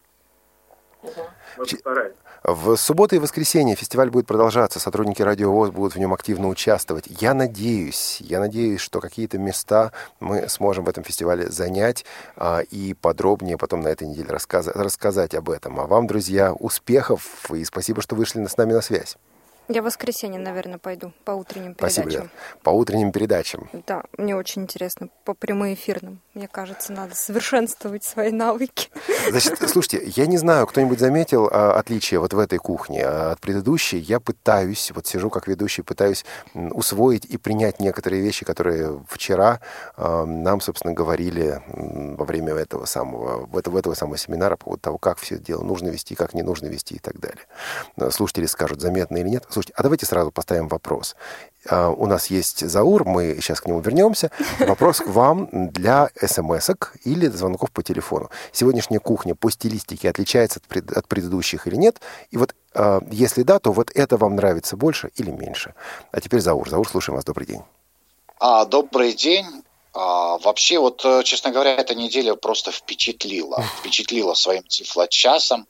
В субботу и воскресенье фестиваль будет продолжаться, сотрудники Радио ВОС будут в нем активно участвовать. Я надеюсь, что какие-то места мы сможем в этом фестивале занять и подробнее потом на этой неделе рассказать об этом. А вам, друзья, успехов и спасибо, что вышли с нами на связь. Я в воскресенье, наверное, пойду по утренним передачам. Спасибо, ребят. По утренним передачам. Да, мне очень интересно. По прямоэфирным. Мне кажется, надо совершенствовать свои навыки. Значит, слушайте, я не знаю, кто-нибудь заметил отличие вот в этой кухне от предыдущей. Я пытаюсь, сижу как ведущий, пытаюсь усвоить и принять некоторые вещи, которые вчера нам, собственно, говорили во время этого самого семинара по поводу того, как все это дело нужно вести, как не нужно вести и так далее. Слушатели скажут, заметно или нет. Слушайте, а давайте сразу поставим вопрос. У нас есть Заур, мы сейчас к нему вернемся. Вопрос к вам для смс-ок или звонков по телефону. Сегодняшняя кухня по стилистике отличается от предыдущих или нет? И вот если да, то вот это вам нравится больше или меньше? А теперь Заур. Заур, слушаем вас. Добрый день. Добрый день. Вообще, честно говоря, эта неделя просто впечатлила. Впечатлила своим Тифло-часом.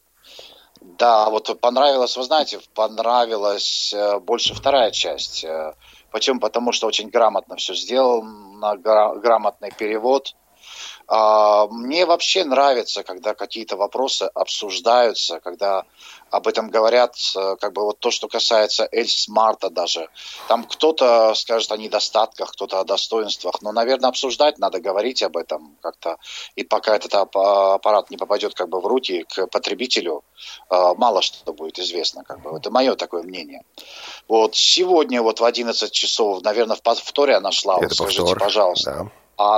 Да, понравилось, вы знаете, понравилась больше вторая часть. Почему? Потому что очень грамотно все сделано, грамотный перевод. Мне вообще нравится, когда какие-то вопросы обсуждаются, когда об этом говорят, то, что касается Эльсмарта даже. Там кто-то скажет о недостатках, кто-то о достоинствах, но, наверное, обсуждать надо, говорить об этом как-то. И пока этот аппарат не попадет в руки к потребителю, мало что будет известно. Это мое такое мнение. Сегодня в 11 часов, наверное, в повторе она шла. Скажите, пожалуйста. Да.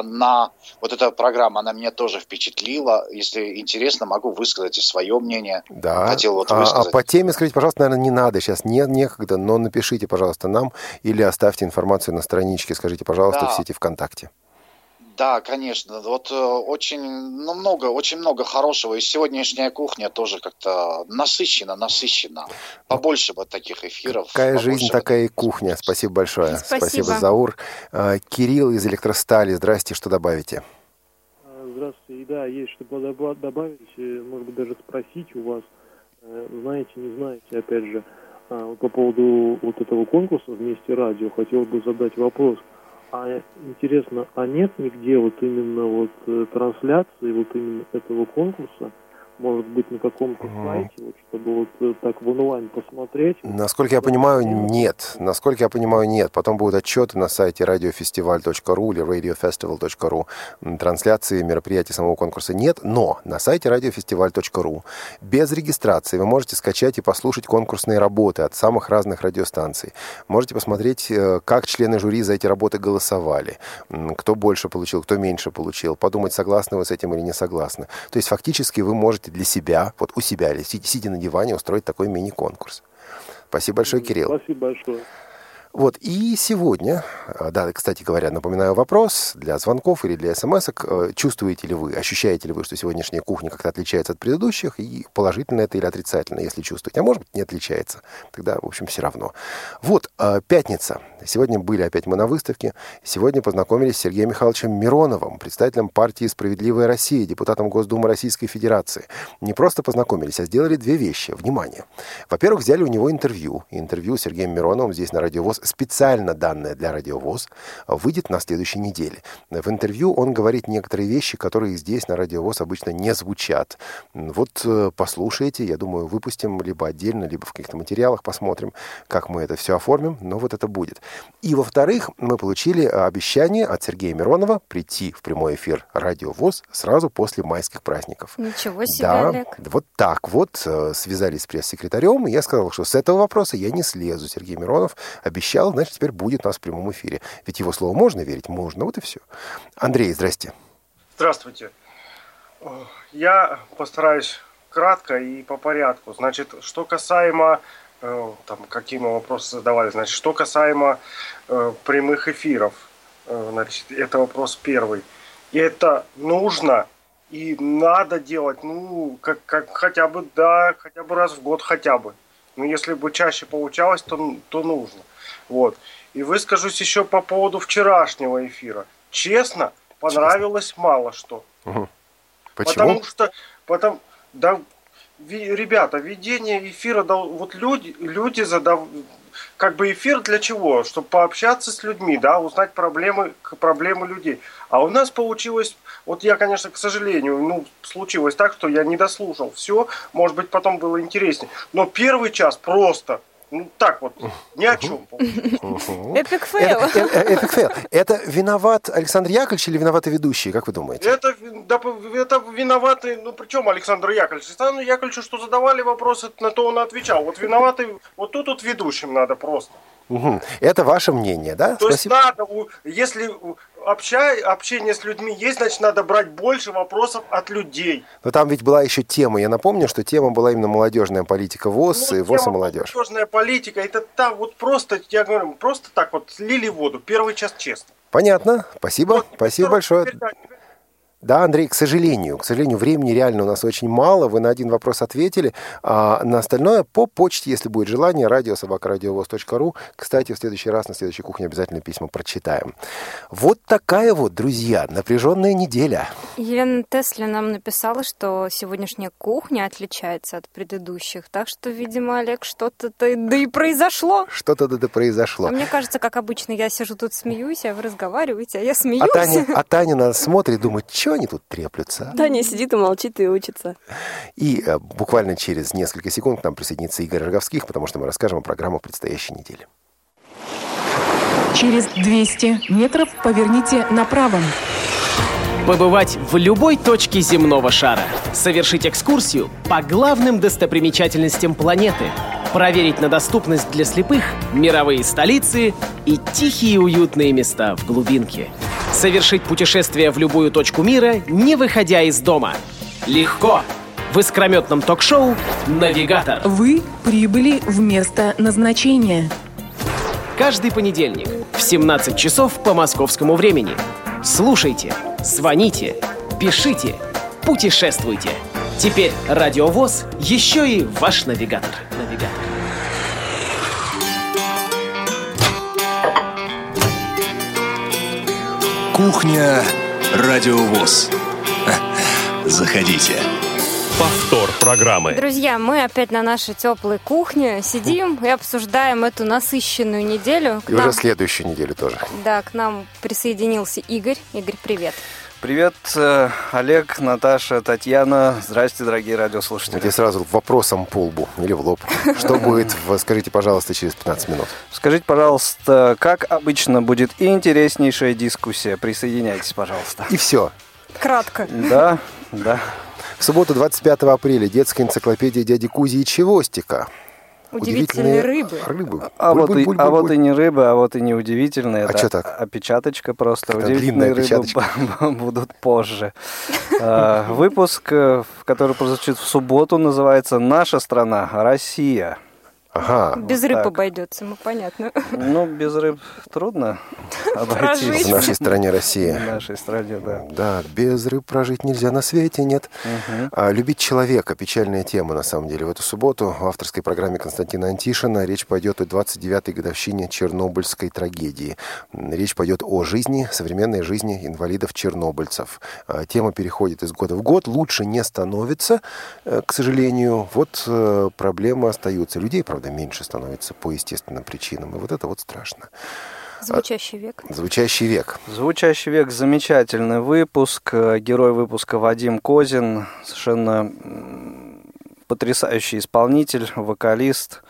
Эта программа, она меня тоже впечатлила. Если интересно, могу высказать и свое мнение. Да. Хотел высказать. А по теме, скажите, пожалуйста, наверное, не надо сейчас, некогда, но напишите, пожалуйста, нам или оставьте информацию на страничке, скажите, пожалуйста, в сети ВКонтакте. Да, конечно. Очень много хорошего. И сегодняшняя кухня тоже как-то насыщена. Побольше таких эфиров. Какая жизнь, такая и кухня. Спасибо большое. Спасибо, Заур. Кирилл из Электростали. Здрасте, что добавите? Здравствуйте. Да, есть что добавить. Может быть, даже спросить у вас. Знаете, не знаете, опять же, по поводу этого конкурса «Вместе радио» хотел бы задать вопрос. Интересно, нет нигде именно трансляции именно этого конкурса может быть, на каком-то сайте, вот, чтобы вот так в онлайн посмотреть? Насколько я понимаю, нет. Потом будут отчеты на сайте radiofestival.ru или radiofestival.ru. Трансляции мероприятий самого конкурса нет, но на сайте radiofestival.ru без регистрации вы можете скачать и послушать конкурсные работы от самых разных радиостанций. Можете посмотреть, как члены жюри за эти работы голосовали, кто больше получил, кто меньше получил, подумать, согласны вы с этим или не согласны. То есть фактически вы можете для себя, вот у себя, или сидя на диване, устроить такой мини-конкурс. Спасибо большое, Кирилл. Спасибо большое. Вот, и сегодня, да, кстати говоря, напоминаю вопрос для звонков или для смс-ок. Чувствуете ли вы, ощущаете ли вы, что сегодняшняя кухня как-то отличается от предыдущих, и положительно это или отрицательно, если чувствуете? А может быть, не отличается. Тогда, в общем, все равно. Вот, пятница. Сегодня были опять мы на выставке. Сегодня познакомились с Сергеем Михайловичем Мироновым, представителем партии «Справедливая Россия», депутатом Госдумы Российской Федерации. Не просто познакомились, а сделали две вещи. Внимание. Во-первых, взяли у него интервью. Интервью с Сергеем Мироновым здесь на Радио ВОС, специально данное для Радио ВОС, выйдет на следующей неделе. В интервью он говорит некоторые вещи, которые здесь на Радио ВОС обычно не звучат. Вот послушайте, я думаю, выпустим либо отдельно, либо в каких-то материалах посмотрим, как мы это все оформим, но вот это будет. И, во-вторых, мы получили обещание от Сергея Миронова прийти в прямой эфир Радио ВОС сразу после майских праздников. Ничего себе, да, Олег. Вот так вот связались с пресс-секретарем, и я сказал, что с этого вопроса я не слезу. Сергей Миронов обещал, значит, теперь будет у нас в прямом эфире. Ведь его слову можно верить? Можно, вот и все. Андрей, здрасте. Здравствуйте. Я постараюсь кратко и по порядку. Значит, что касаемо... Там, какие мы вопросы задавали. Значит, что касаемо прямых эфиров, значит, это вопрос первый. И это нужно и надо делать, ну, как хотя бы, да, хотя бы раз в год хотя бы. Ну, если бы чаще получалось, то нужно. Вот. И выскажусь еще по поводу вчерашнего эфира. Честно, понравилось мало что. Угу. Почему? Ребята, ведение эфира, вот люди как бы эфир для чего? Чтобы пообщаться с людьми, да, узнать проблемы людей. А у нас получилось, вот я, конечно, к сожалению, случилось так, что я не дослушал все, может быть, потом было интереснее. Но первый час просто... так вот, ни о чем. Эпик фейл. Это виноват Александр Яковлевич или виноваты ведущие, как вы думаете? Это виноваты, причем Александр Яковлевич? Александру Яковлевичу, что задавали вопросы, на то он отвечал. Вот виноваты, вот тут вот ведущим надо просто. Это ваше мнение, да? То есть надо, если общение с людьми есть, значит, надо брать больше вопросов от людей. Но там ведь была еще тема. Я напомню, что тема была именно молодежная политика ВОС и ВОС и молодежь. Молодежная политика, это так вот просто, я говорю, просто так вот слили воду. Первый час честно. Понятно. Спасибо. Спасибо большое. Да, Андрей, к сожалению, времени реально у нас очень мало. Вы на один вопрос ответили, а на остальное по почте, если будет желание, радио@радиовос.ру. Кстати, в следующий раз на следующей кухне обязательно письма прочитаем. Вот такая вот, друзья, напряженная неделя. Елена Тесли нам написала, что сегодняшняя кухня отличается от предыдущих. Так что, видимо, Олег, что-то да и произошло. Что-то да произошло. А мне кажется, как обычно, я сижу тут смеюсь, а вы разговариваете, а я смеюсь. А Таня нас смотрит и думает, что они тут треплются? Таня сидит и молчит и учится. И буквально через несколько секунд к нам присоединится Игорь Роговских, потому что мы расскажем о программах предстоящей недели. Через 200 метров поверните направо. Побывать в любой точке земного шара. Совершить экскурсию по главным достопримечательностям планеты. Проверить на доступность для слепых мировые столицы и тихие уютные места в глубинке. Совершить путешествие в любую точку мира, не выходя из дома. Легко! В искрометном ток-шоу «Навигатор». Вы прибыли в место назначения. Каждый понедельник в 17 часов по московскому времени. Слушайте, звоните, пишите, путешествуйте. Теперь Радио ВОС еще и ваш навигатор. Кухня Радио ВОС. Заходите. Повтор программы. Друзья, мы опять на нашей теплой кухне сидим и обсуждаем эту насыщенную неделю. И уже следующую неделю тоже. Да, к нам присоединился Игорь. Игорь, привет. Привет, Олег, Наташа, Татьяна. Здрасте, дорогие радиослушатели. Я тебе сразу вопросом по лбу или в лоб. Что будет, скажите, пожалуйста, через 15 минут? Скажите, пожалуйста, как обычно будет интереснейшая дискуссия. Присоединяйтесь, пожалуйста. И все. Кратко. Да. В субботу, 25 апреля, детская энциклопедия дяди Кузи и Чевостика. Удивительные рыбы. А вот и не рыба, а вот и не удивительные. А что так? Опечаточка просто. Какая удивительные длинная рыбы будут позже. Выпуск, который прозвучит в субботу, называется «Наша страна. Россия». Ага. Без рыб обойдется, понятно. Ну, без рыб трудно обойтись. В нашей стране Россия. В нашей стране, да. Да, без рыб прожить нельзя, на свете нет. Любить человека, печальная тема, на самом деле. В эту субботу в авторской программе Константина Антишина речь пойдет о 29-й годовщине Чернобыльской трагедии. Речь пойдет о жизни, современной жизни инвалидов-чернобыльцев. Тема переходит из года в год, лучше не становится, к сожалению. Вот проблемы остаются. Людей, правда, меньше становится по естественным причинам. И вот это вот страшно. Звучащий век. Звучащий век. Звучащий век. Замечательный выпуск. Герой выпуска Вадим Козин. Совершенно потрясающий исполнитель, вокалист,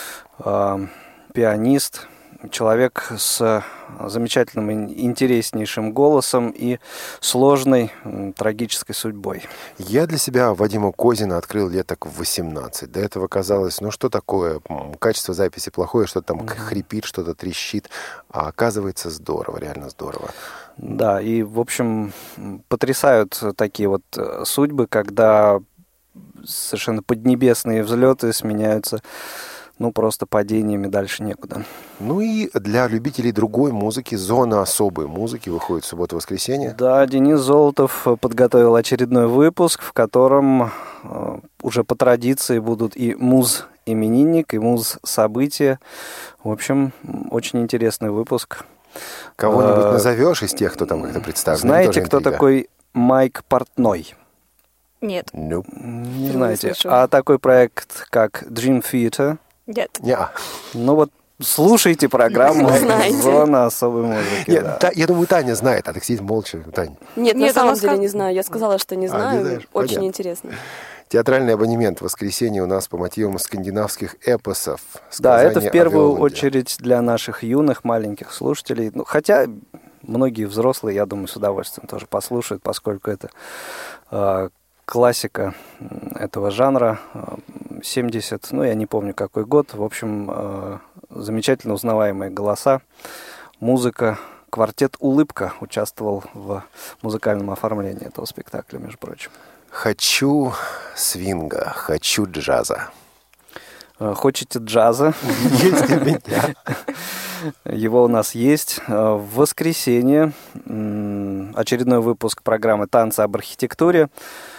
пианист. Человек с замечательным и интереснейшим голосом и сложной трагической судьбой. Я для себя Вадима Козина открыл лет так в 18. До этого казалось, что такое, качество записи плохое, что-то там хрипит, что-то трещит. А оказывается, здорово, реально здорово. Да, и, в общем, потрясают такие вот судьбы, когда совершенно поднебесные взлеты сменяются просто падениями, дальше некуда. Ну и для любителей другой музыки, зона особой музыки выходит в субботу-воскресенье. Да, Денис Золотов подготовил очередной выпуск, в котором уже по традиции будут и муз-именинник, и муз-события. В общем, очень интересный выпуск. Кого-нибудь назовешь из тех, кто там как-то представлен? Знаете, кто такой Майк Портной? Нет. Не знаете. А такой проект, как Dream Theater? Нет. Слушайте программу «Зона особой музыки». Нет, да. Я думаю, Таня знает, а так сидит молча. Таня. Нет, на самом деле не знаю. Я сказала, что не знаю. Не знаешь? Очень Понятно. интересно. Театральный абонемент в воскресенье у нас по мотивам скандинавских эпосов. Да, это в первую очередь для наших юных, маленьких слушателей. Хотя многие взрослые, я думаю, с удовольствием тоже послушают, поскольку это классика этого жанра. 70, я не помню какой год. В общем, замечательно узнаваемые голоса, музыка. Квартет «Улыбка» участвовал в музыкальном оформлении этого спектакля, между прочим. Хочу свинга, хочу джаза. Хочете джаза? Есть у меня. Его у нас есть. В воскресенье очередной выпуск программы «Танцы об архитектуре».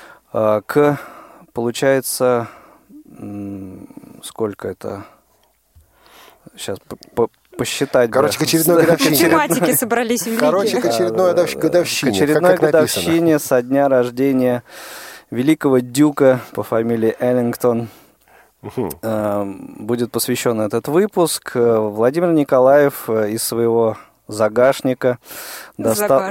Получается, сколько это? Сейчас посчитать. Короче, к очередной годовщине. Математики собрались в Риге. К очередной годовщине. К очередной годовщине со дня рождения великого дюка по фамилии Эллингтон. Будет посвящен этот выпуск. Владимир Николаев из своего загашника достал,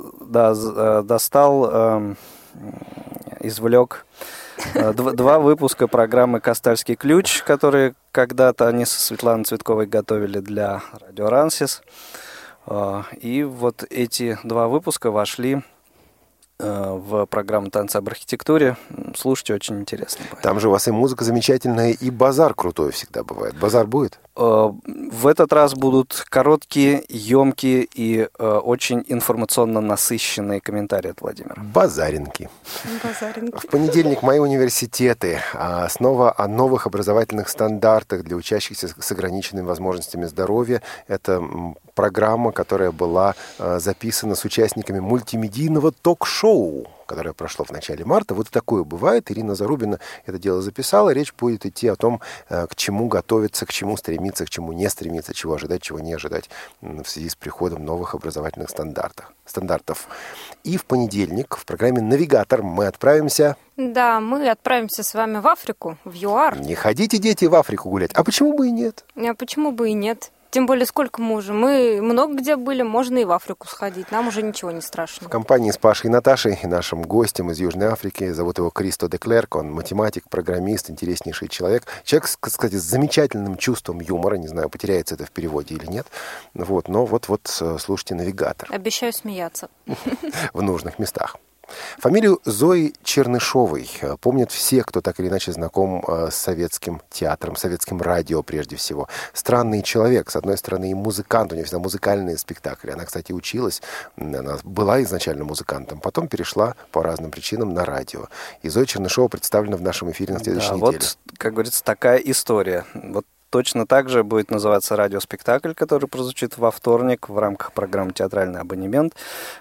извлек два выпуска программы «Костальский ключ», которые когда-то они со Светланой Цветковой готовили для радио «Рансис». И вот эти два выпуска вошли в программу «Танцы об архитектуре». Слушайте, очень интересно. Там же у вас и музыка замечательная, и базар крутой всегда бывает. Базар будет? В этот раз будут короткие, емкие и очень информационно насыщенные комментарии от Владимира. Базаринки. В понедельник мои университеты. Снова о новых образовательных стандартах для учащихся с ограниченными возможностями здоровья. Это программа, которая была записана с участниками мультимедийного ток-шоу, которое прошло в начале марта. Вот такое бывает. Ирина Зарубина это дело записала. Речь будет идти о том, к чему готовиться, к чему стремиться, к чему не стремиться, чего ожидать, чего не ожидать в связи с приходом новых образовательных стандартов. И в понедельник в программе «Навигатор» мы отправимся... Да, мы отправимся с вами в Африку, в ЮАР. Не ходите, дети, в Африку гулять. А почему бы и нет? А почему бы и нет? Тем более, сколько мы уже? Мы много где были, можно и в Африку сходить. Нам уже ничего не страшно. В компании с Пашей и Наташей и нашим гостем из Южной Африки, зовут его Кристо де Клерк, он математик, программист, интереснейший человек. Человек, кстати, с замечательным чувством юмора, не знаю, потеряется это в переводе или нет. Вот, но вот слушайте «Навигатор». Обещаю смеяться. В нужных местах. Фамилию Зои Чернышовой помнят все, кто так или иначе знаком с советским театром, советским радио прежде всего. Странный человек, с одной стороны, и музыкант, у нее всегда музыкальные спектакли. Она, кстати, училась, она была изначально музыкантом, потом перешла по разным причинам на радио. И Зоя Чернышова представлена в нашем эфире на следующей неделе. Вот, как говорится, такая история. Вот точно так же будет называться радиоспектакль, который прозвучит во вторник в рамках программы «Театральный абонемент».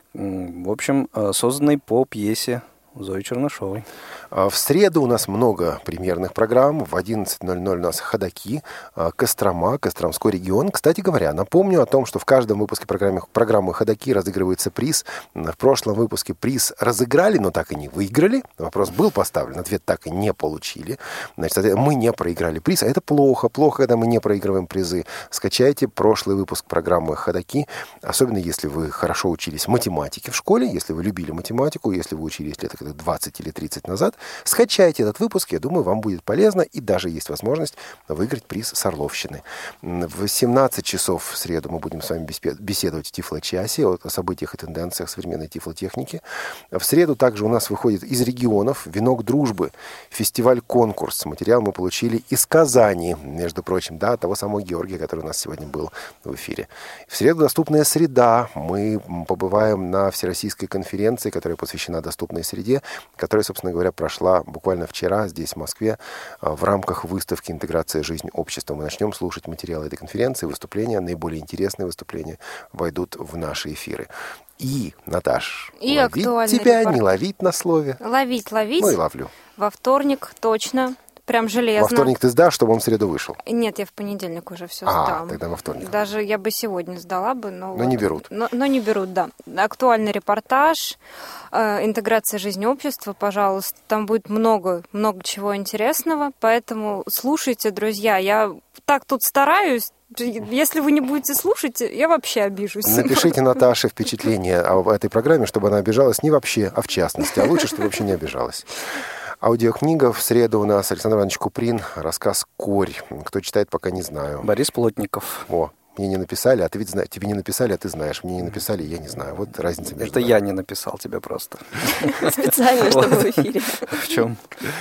В общем, созданный по пьесе Зои Чернышовой. В среду у нас много премьерных программ. В 11:00 у нас «Ходоки», Кострома, Костромской регион. Кстати говоря, напомню о том, что в каждом выпуске программы «Ходоки» разыгрывается приз. В прошлом выпуске приз разыграли, но так и не выиграли. Вопрос был поставлен, ответ так и не получили. Значит, мы не проиграли приз, а это плохо. Плохо, когда мы не проигрываем призы. Скачайте прошлый выпуск программы «Ходоки», особенно если вы хорошо учились математике в школе, если вы любили математику, если вы учились лет 20 или 30 назад. Скачайте этот выпуск, я думаю, вам будет полезно, и даже есть возможность выиграть приз с Орловщины. В 17 часов в среду мы будем с вами беседовать в Тифло-часе о событиях и тенденциях современной тифлотехники. В среду также у нас выходит из регионов «Венок дружбы», фестиваль-конкурс. Материал мы получили из Казани, между прочим, да, того самого Георгия, который у нас сегодня был в эфире. В среду «Доступная среда». Мы побываем на всероссийской конференции, которая посвящена доступной среде, которая, собственно говоря, прошла буквально вчера здесь, в Москве, в рамках выставки «Интеграция. Жизнь общества». Мы начнем слушать материалы этой конференции, выступления, наиболее интересные выступления войдут в наши эфиры. И, Наташ, и ловить тебя, репортаж. Не ловить на слове. Ловить. Ну и ловлю. Во вторник, точно. Прям железно. Во вторник ты сдашь, чтобы он в среду вышел? Нет, я в понедельник уже все сдам. Тогда во вторник. Даже я бы сегодня сдала бы, но не берут. Но не берут, да. Актуальный репортаж, интеграция жизни общества, пожалуйста. Там будет много чего интересного, поэтому слушайте, друзья. Я так тут стараюсь. Если вы не будете слушать, я вообще обижусь. Напишите Наташе впечатление об этой программе, чтобы она обижалась не вообще, а в частности. А лучше, чтобы вообще не обижалась. Аудиокнига в среду у нас Александр Иванович Куприн, рассказ «Корь». Кто читает, пока не знаю. Борис Плотников. Мне не написали, а ты ведь знаешь. Тебе не написали, а ты знаешь. Мне не написали, я не знаю. Вот разница между нами. Это я не написал тебе просто. Специально, чтобы в эфире. В чем?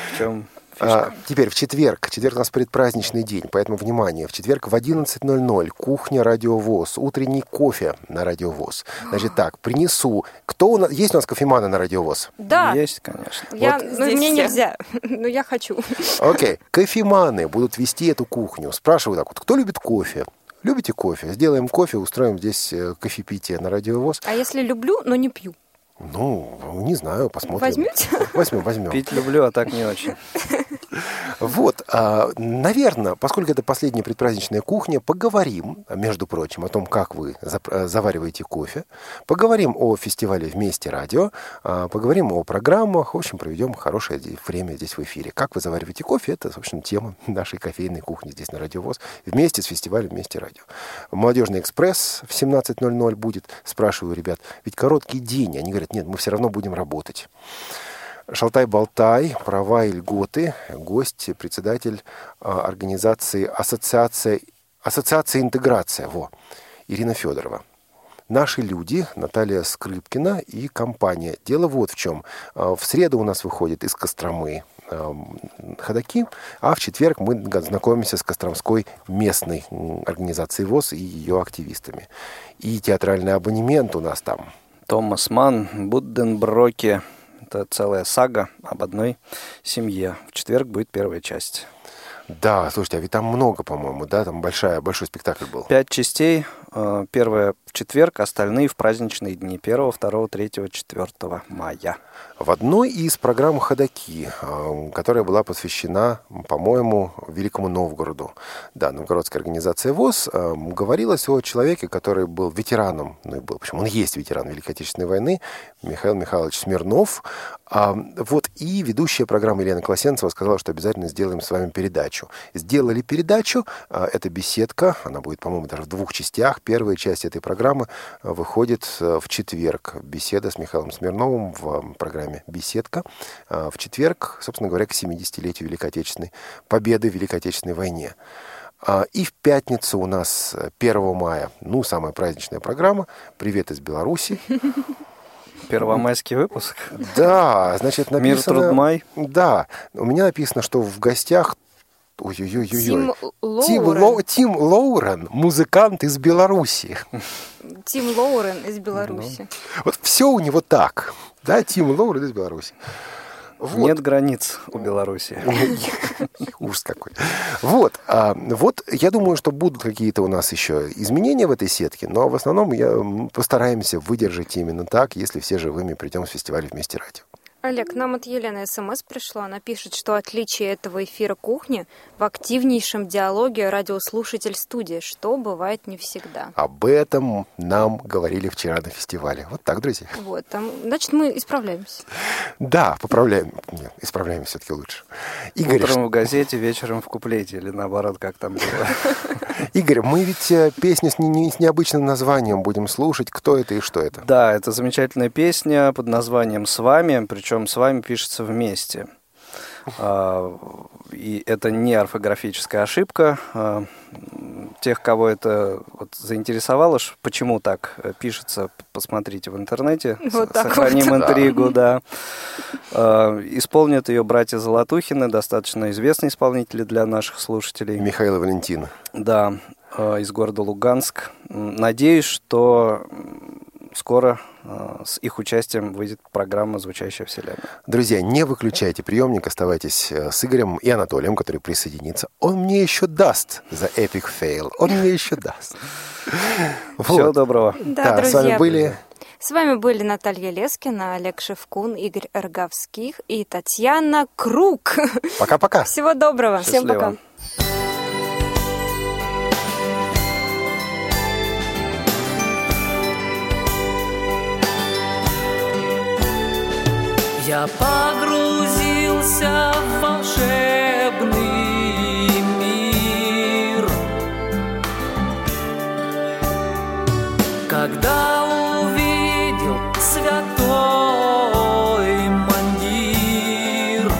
Теперь в четверг. Четверг у нас предпраздничный день, поэтому, внимание, в четверг в 11:00 кухня «Радио ВОС», утренний кофе на «Радио ВОС». Значит так, принесу. Есть у нас кофеманы на «Радио ВОС»? Да. Есть, конечно. Мне нельзя, но я хочу. Окей. Кофеманы будут вести эту кухню. Спрашиваю так вот, кто любит кофе? Любите кофе? Сделаем кофе, устроим здесь кофепитие на «Радио ВОС». А если люблю, но не пью? Не знаю, посмотрим. Возьмете? Возьмем. Пить люблю, а так не очень. Вот, наверное, поскольку это последняя предпраздничная кухня, поговорим, между прочим, о том, как вы завариваете кофе, поговорим о фестивале «Вместе радио», поговорим о программах, в общем, проведем хорошее время здесь в эфире. Как вы завариваете кофе, это, собственно, тема нашей кофейной кухни здесь на «Радио ВОС», вместе с фестивалем «Вместе радио». «Молодежный экспресс» в 17:00 будет. Спрашиваю ребят, ведь короткий день. Они говорят, нет, мы все равно будем работать. Шалтай-болтай, права и льготы, гость, председатель организации Ассоциации «Интеграция», Ирина Федорова. Наши люди, Наталья Скрипкина и компания. Дело вот в чем. В среду у нас выходит из Костромы «Ходоки», а в четверг мы знакомимся с Костромской местной организацией ВОС и ее активистами. И театральный абонемент у нас там. Томас Манн, Будденброки. Это целая сага об одной семье. В четверг будет первая часть. Да, слушайте, а ведь там много, по-моему, да? Там большой спектакль был. 5 частей. Первая в четверг, остальные в праздничные дни 1, 2, 3, 4 мая. В одной из программ «Ходоки», которая была посвящена, по-моему, Великому Новгороду, да, новгородская организация ВОС, говорилось о человеке, который был ветераном, причем он есть ветеран Великой Отечественной войны, Михаил Михайлович Смирнов. Вот, и ведущая программы Елена Колосенцева сказала, что обязательно сделаем с вами передачу. Сделали передачу, это беседка, она будет, по-моему, даже в 2 частях. Первая часть этой программы выходит в четверг. Беседа с Михаилом Смирновым в программе «Беседка». В четверг, собственно говоря, к 70-летию Великой Отечественной победы в Великой Отечественной войне. И в пятницу у нас 1 мая, самая праздничная программа «Привет из Беларуси». Первомайский выпуск? Да, значит, написано... Мир, труд, май? Да, у меня написано, что в гостях... Тим Лоурен, музыкант из Беларуси. Тим Лоурен из Беларуси. Вот все у него так. Да, Тим Лоурен из Беларуси. Вот. Нет границ у Беларуси. Ужас какой. Вот, я думаю, что будут какие-то у нас еще изменения в этой сетке, но в основном постараемся выдержать именно так, если все живыми придем с фестиваля «Вместе радио». Олег, нам от Елены СМС пришло. Она пишет, что отличие этого эфира «Кухни» в активнейшем диалоге радиослушатель-студия, что бывает не всегда. Об этом нам говорили вчера на фестивале. Вот так, друзья. Вот, значит, мы исправляемся. Да, поправляем. Нет, исправляемся все-таки лучше. Игорь, утром в газете, вечером в куплете, или наоборот, как там было. Игорь, мы ведь песню с необычным названием будем слушать. Кто это и что это? Да, это замечательная песня под названием «С вами», причем «С вами» пишется вместе. И это не орфографическая ошибка. Тех, кого это заинтересовало, почему так пишется, посмотрите в интернете. Вот сохраним интригу, да. Исполнят ее братья Золотухины, достаточно известные исполнители для наших слушателей. Михаил и Валентина. Да, из города Луганск. Надеюсь, что скоро с их участием выйдет программа «Звучащая вселенная». Друзья, не выключайте приемник, оставайтесь с Игорем и Анатолием, который присоединится. Он мне еще даст за Epic Fail. Он мне еще даст. Всего доброго. Да, друзья. С вами были Наталья Лескина, Олег Шевкун, Игорь Рогавских и Татьяна Круг. Пока-пока. Всего доброго. Счастливо. Всем пока. Я погрузился в волшебный мир, когда увидел святой мундир.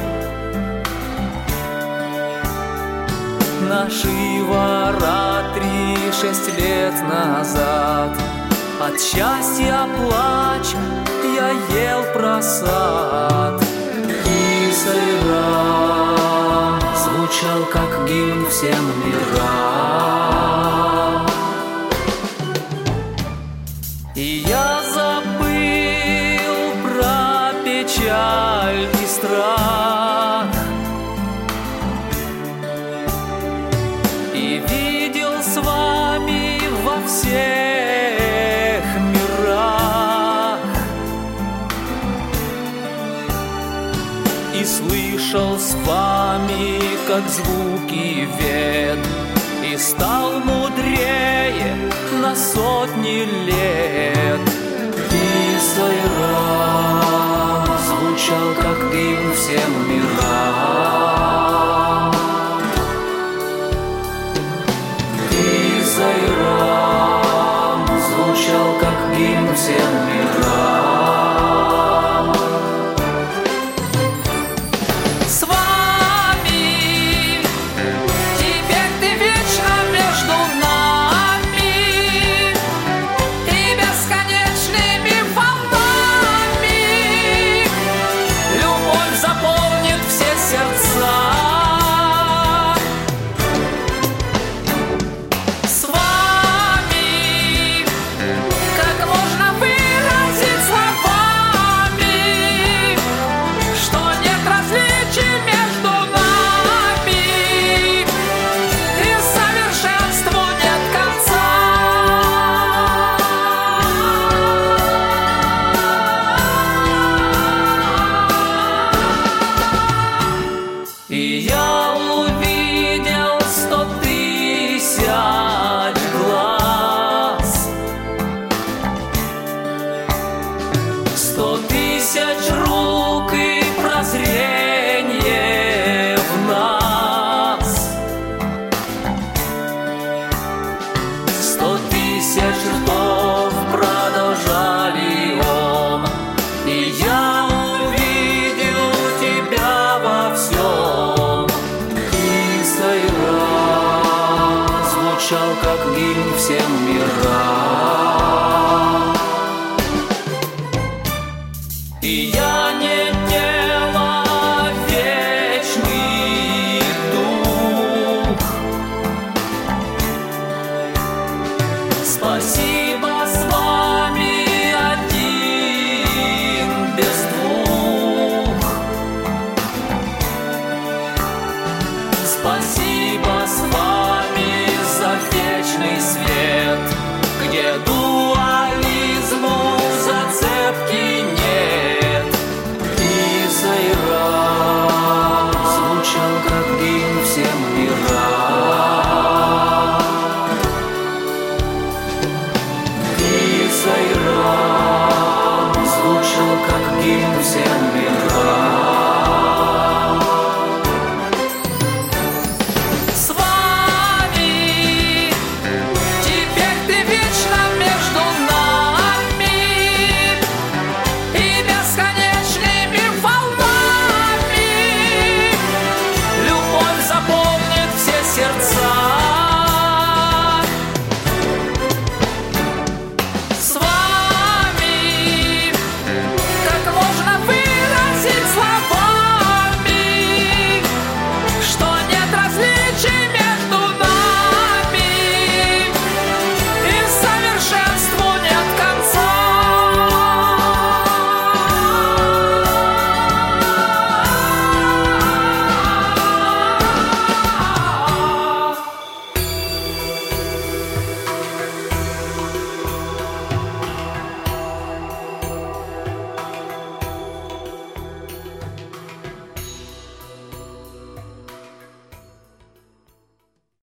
Наши вора 3-6 лет назад от счастья плача я ел просад, и сайрам звучал как гимн всем мирам. И я забыл про печаль и страх, и видел с вами во всех мирах, и слышал с вами, как звуки вет, и стал мудрее на сотни лет. И сайрам звучал, как гимн всем мирам. И сайрам звучал, как гимн всем мирам. Тысяч рук и как гимн всем мирам. И я не тело, вечный дух. Спасибо, с вами один без двух. Спасибо.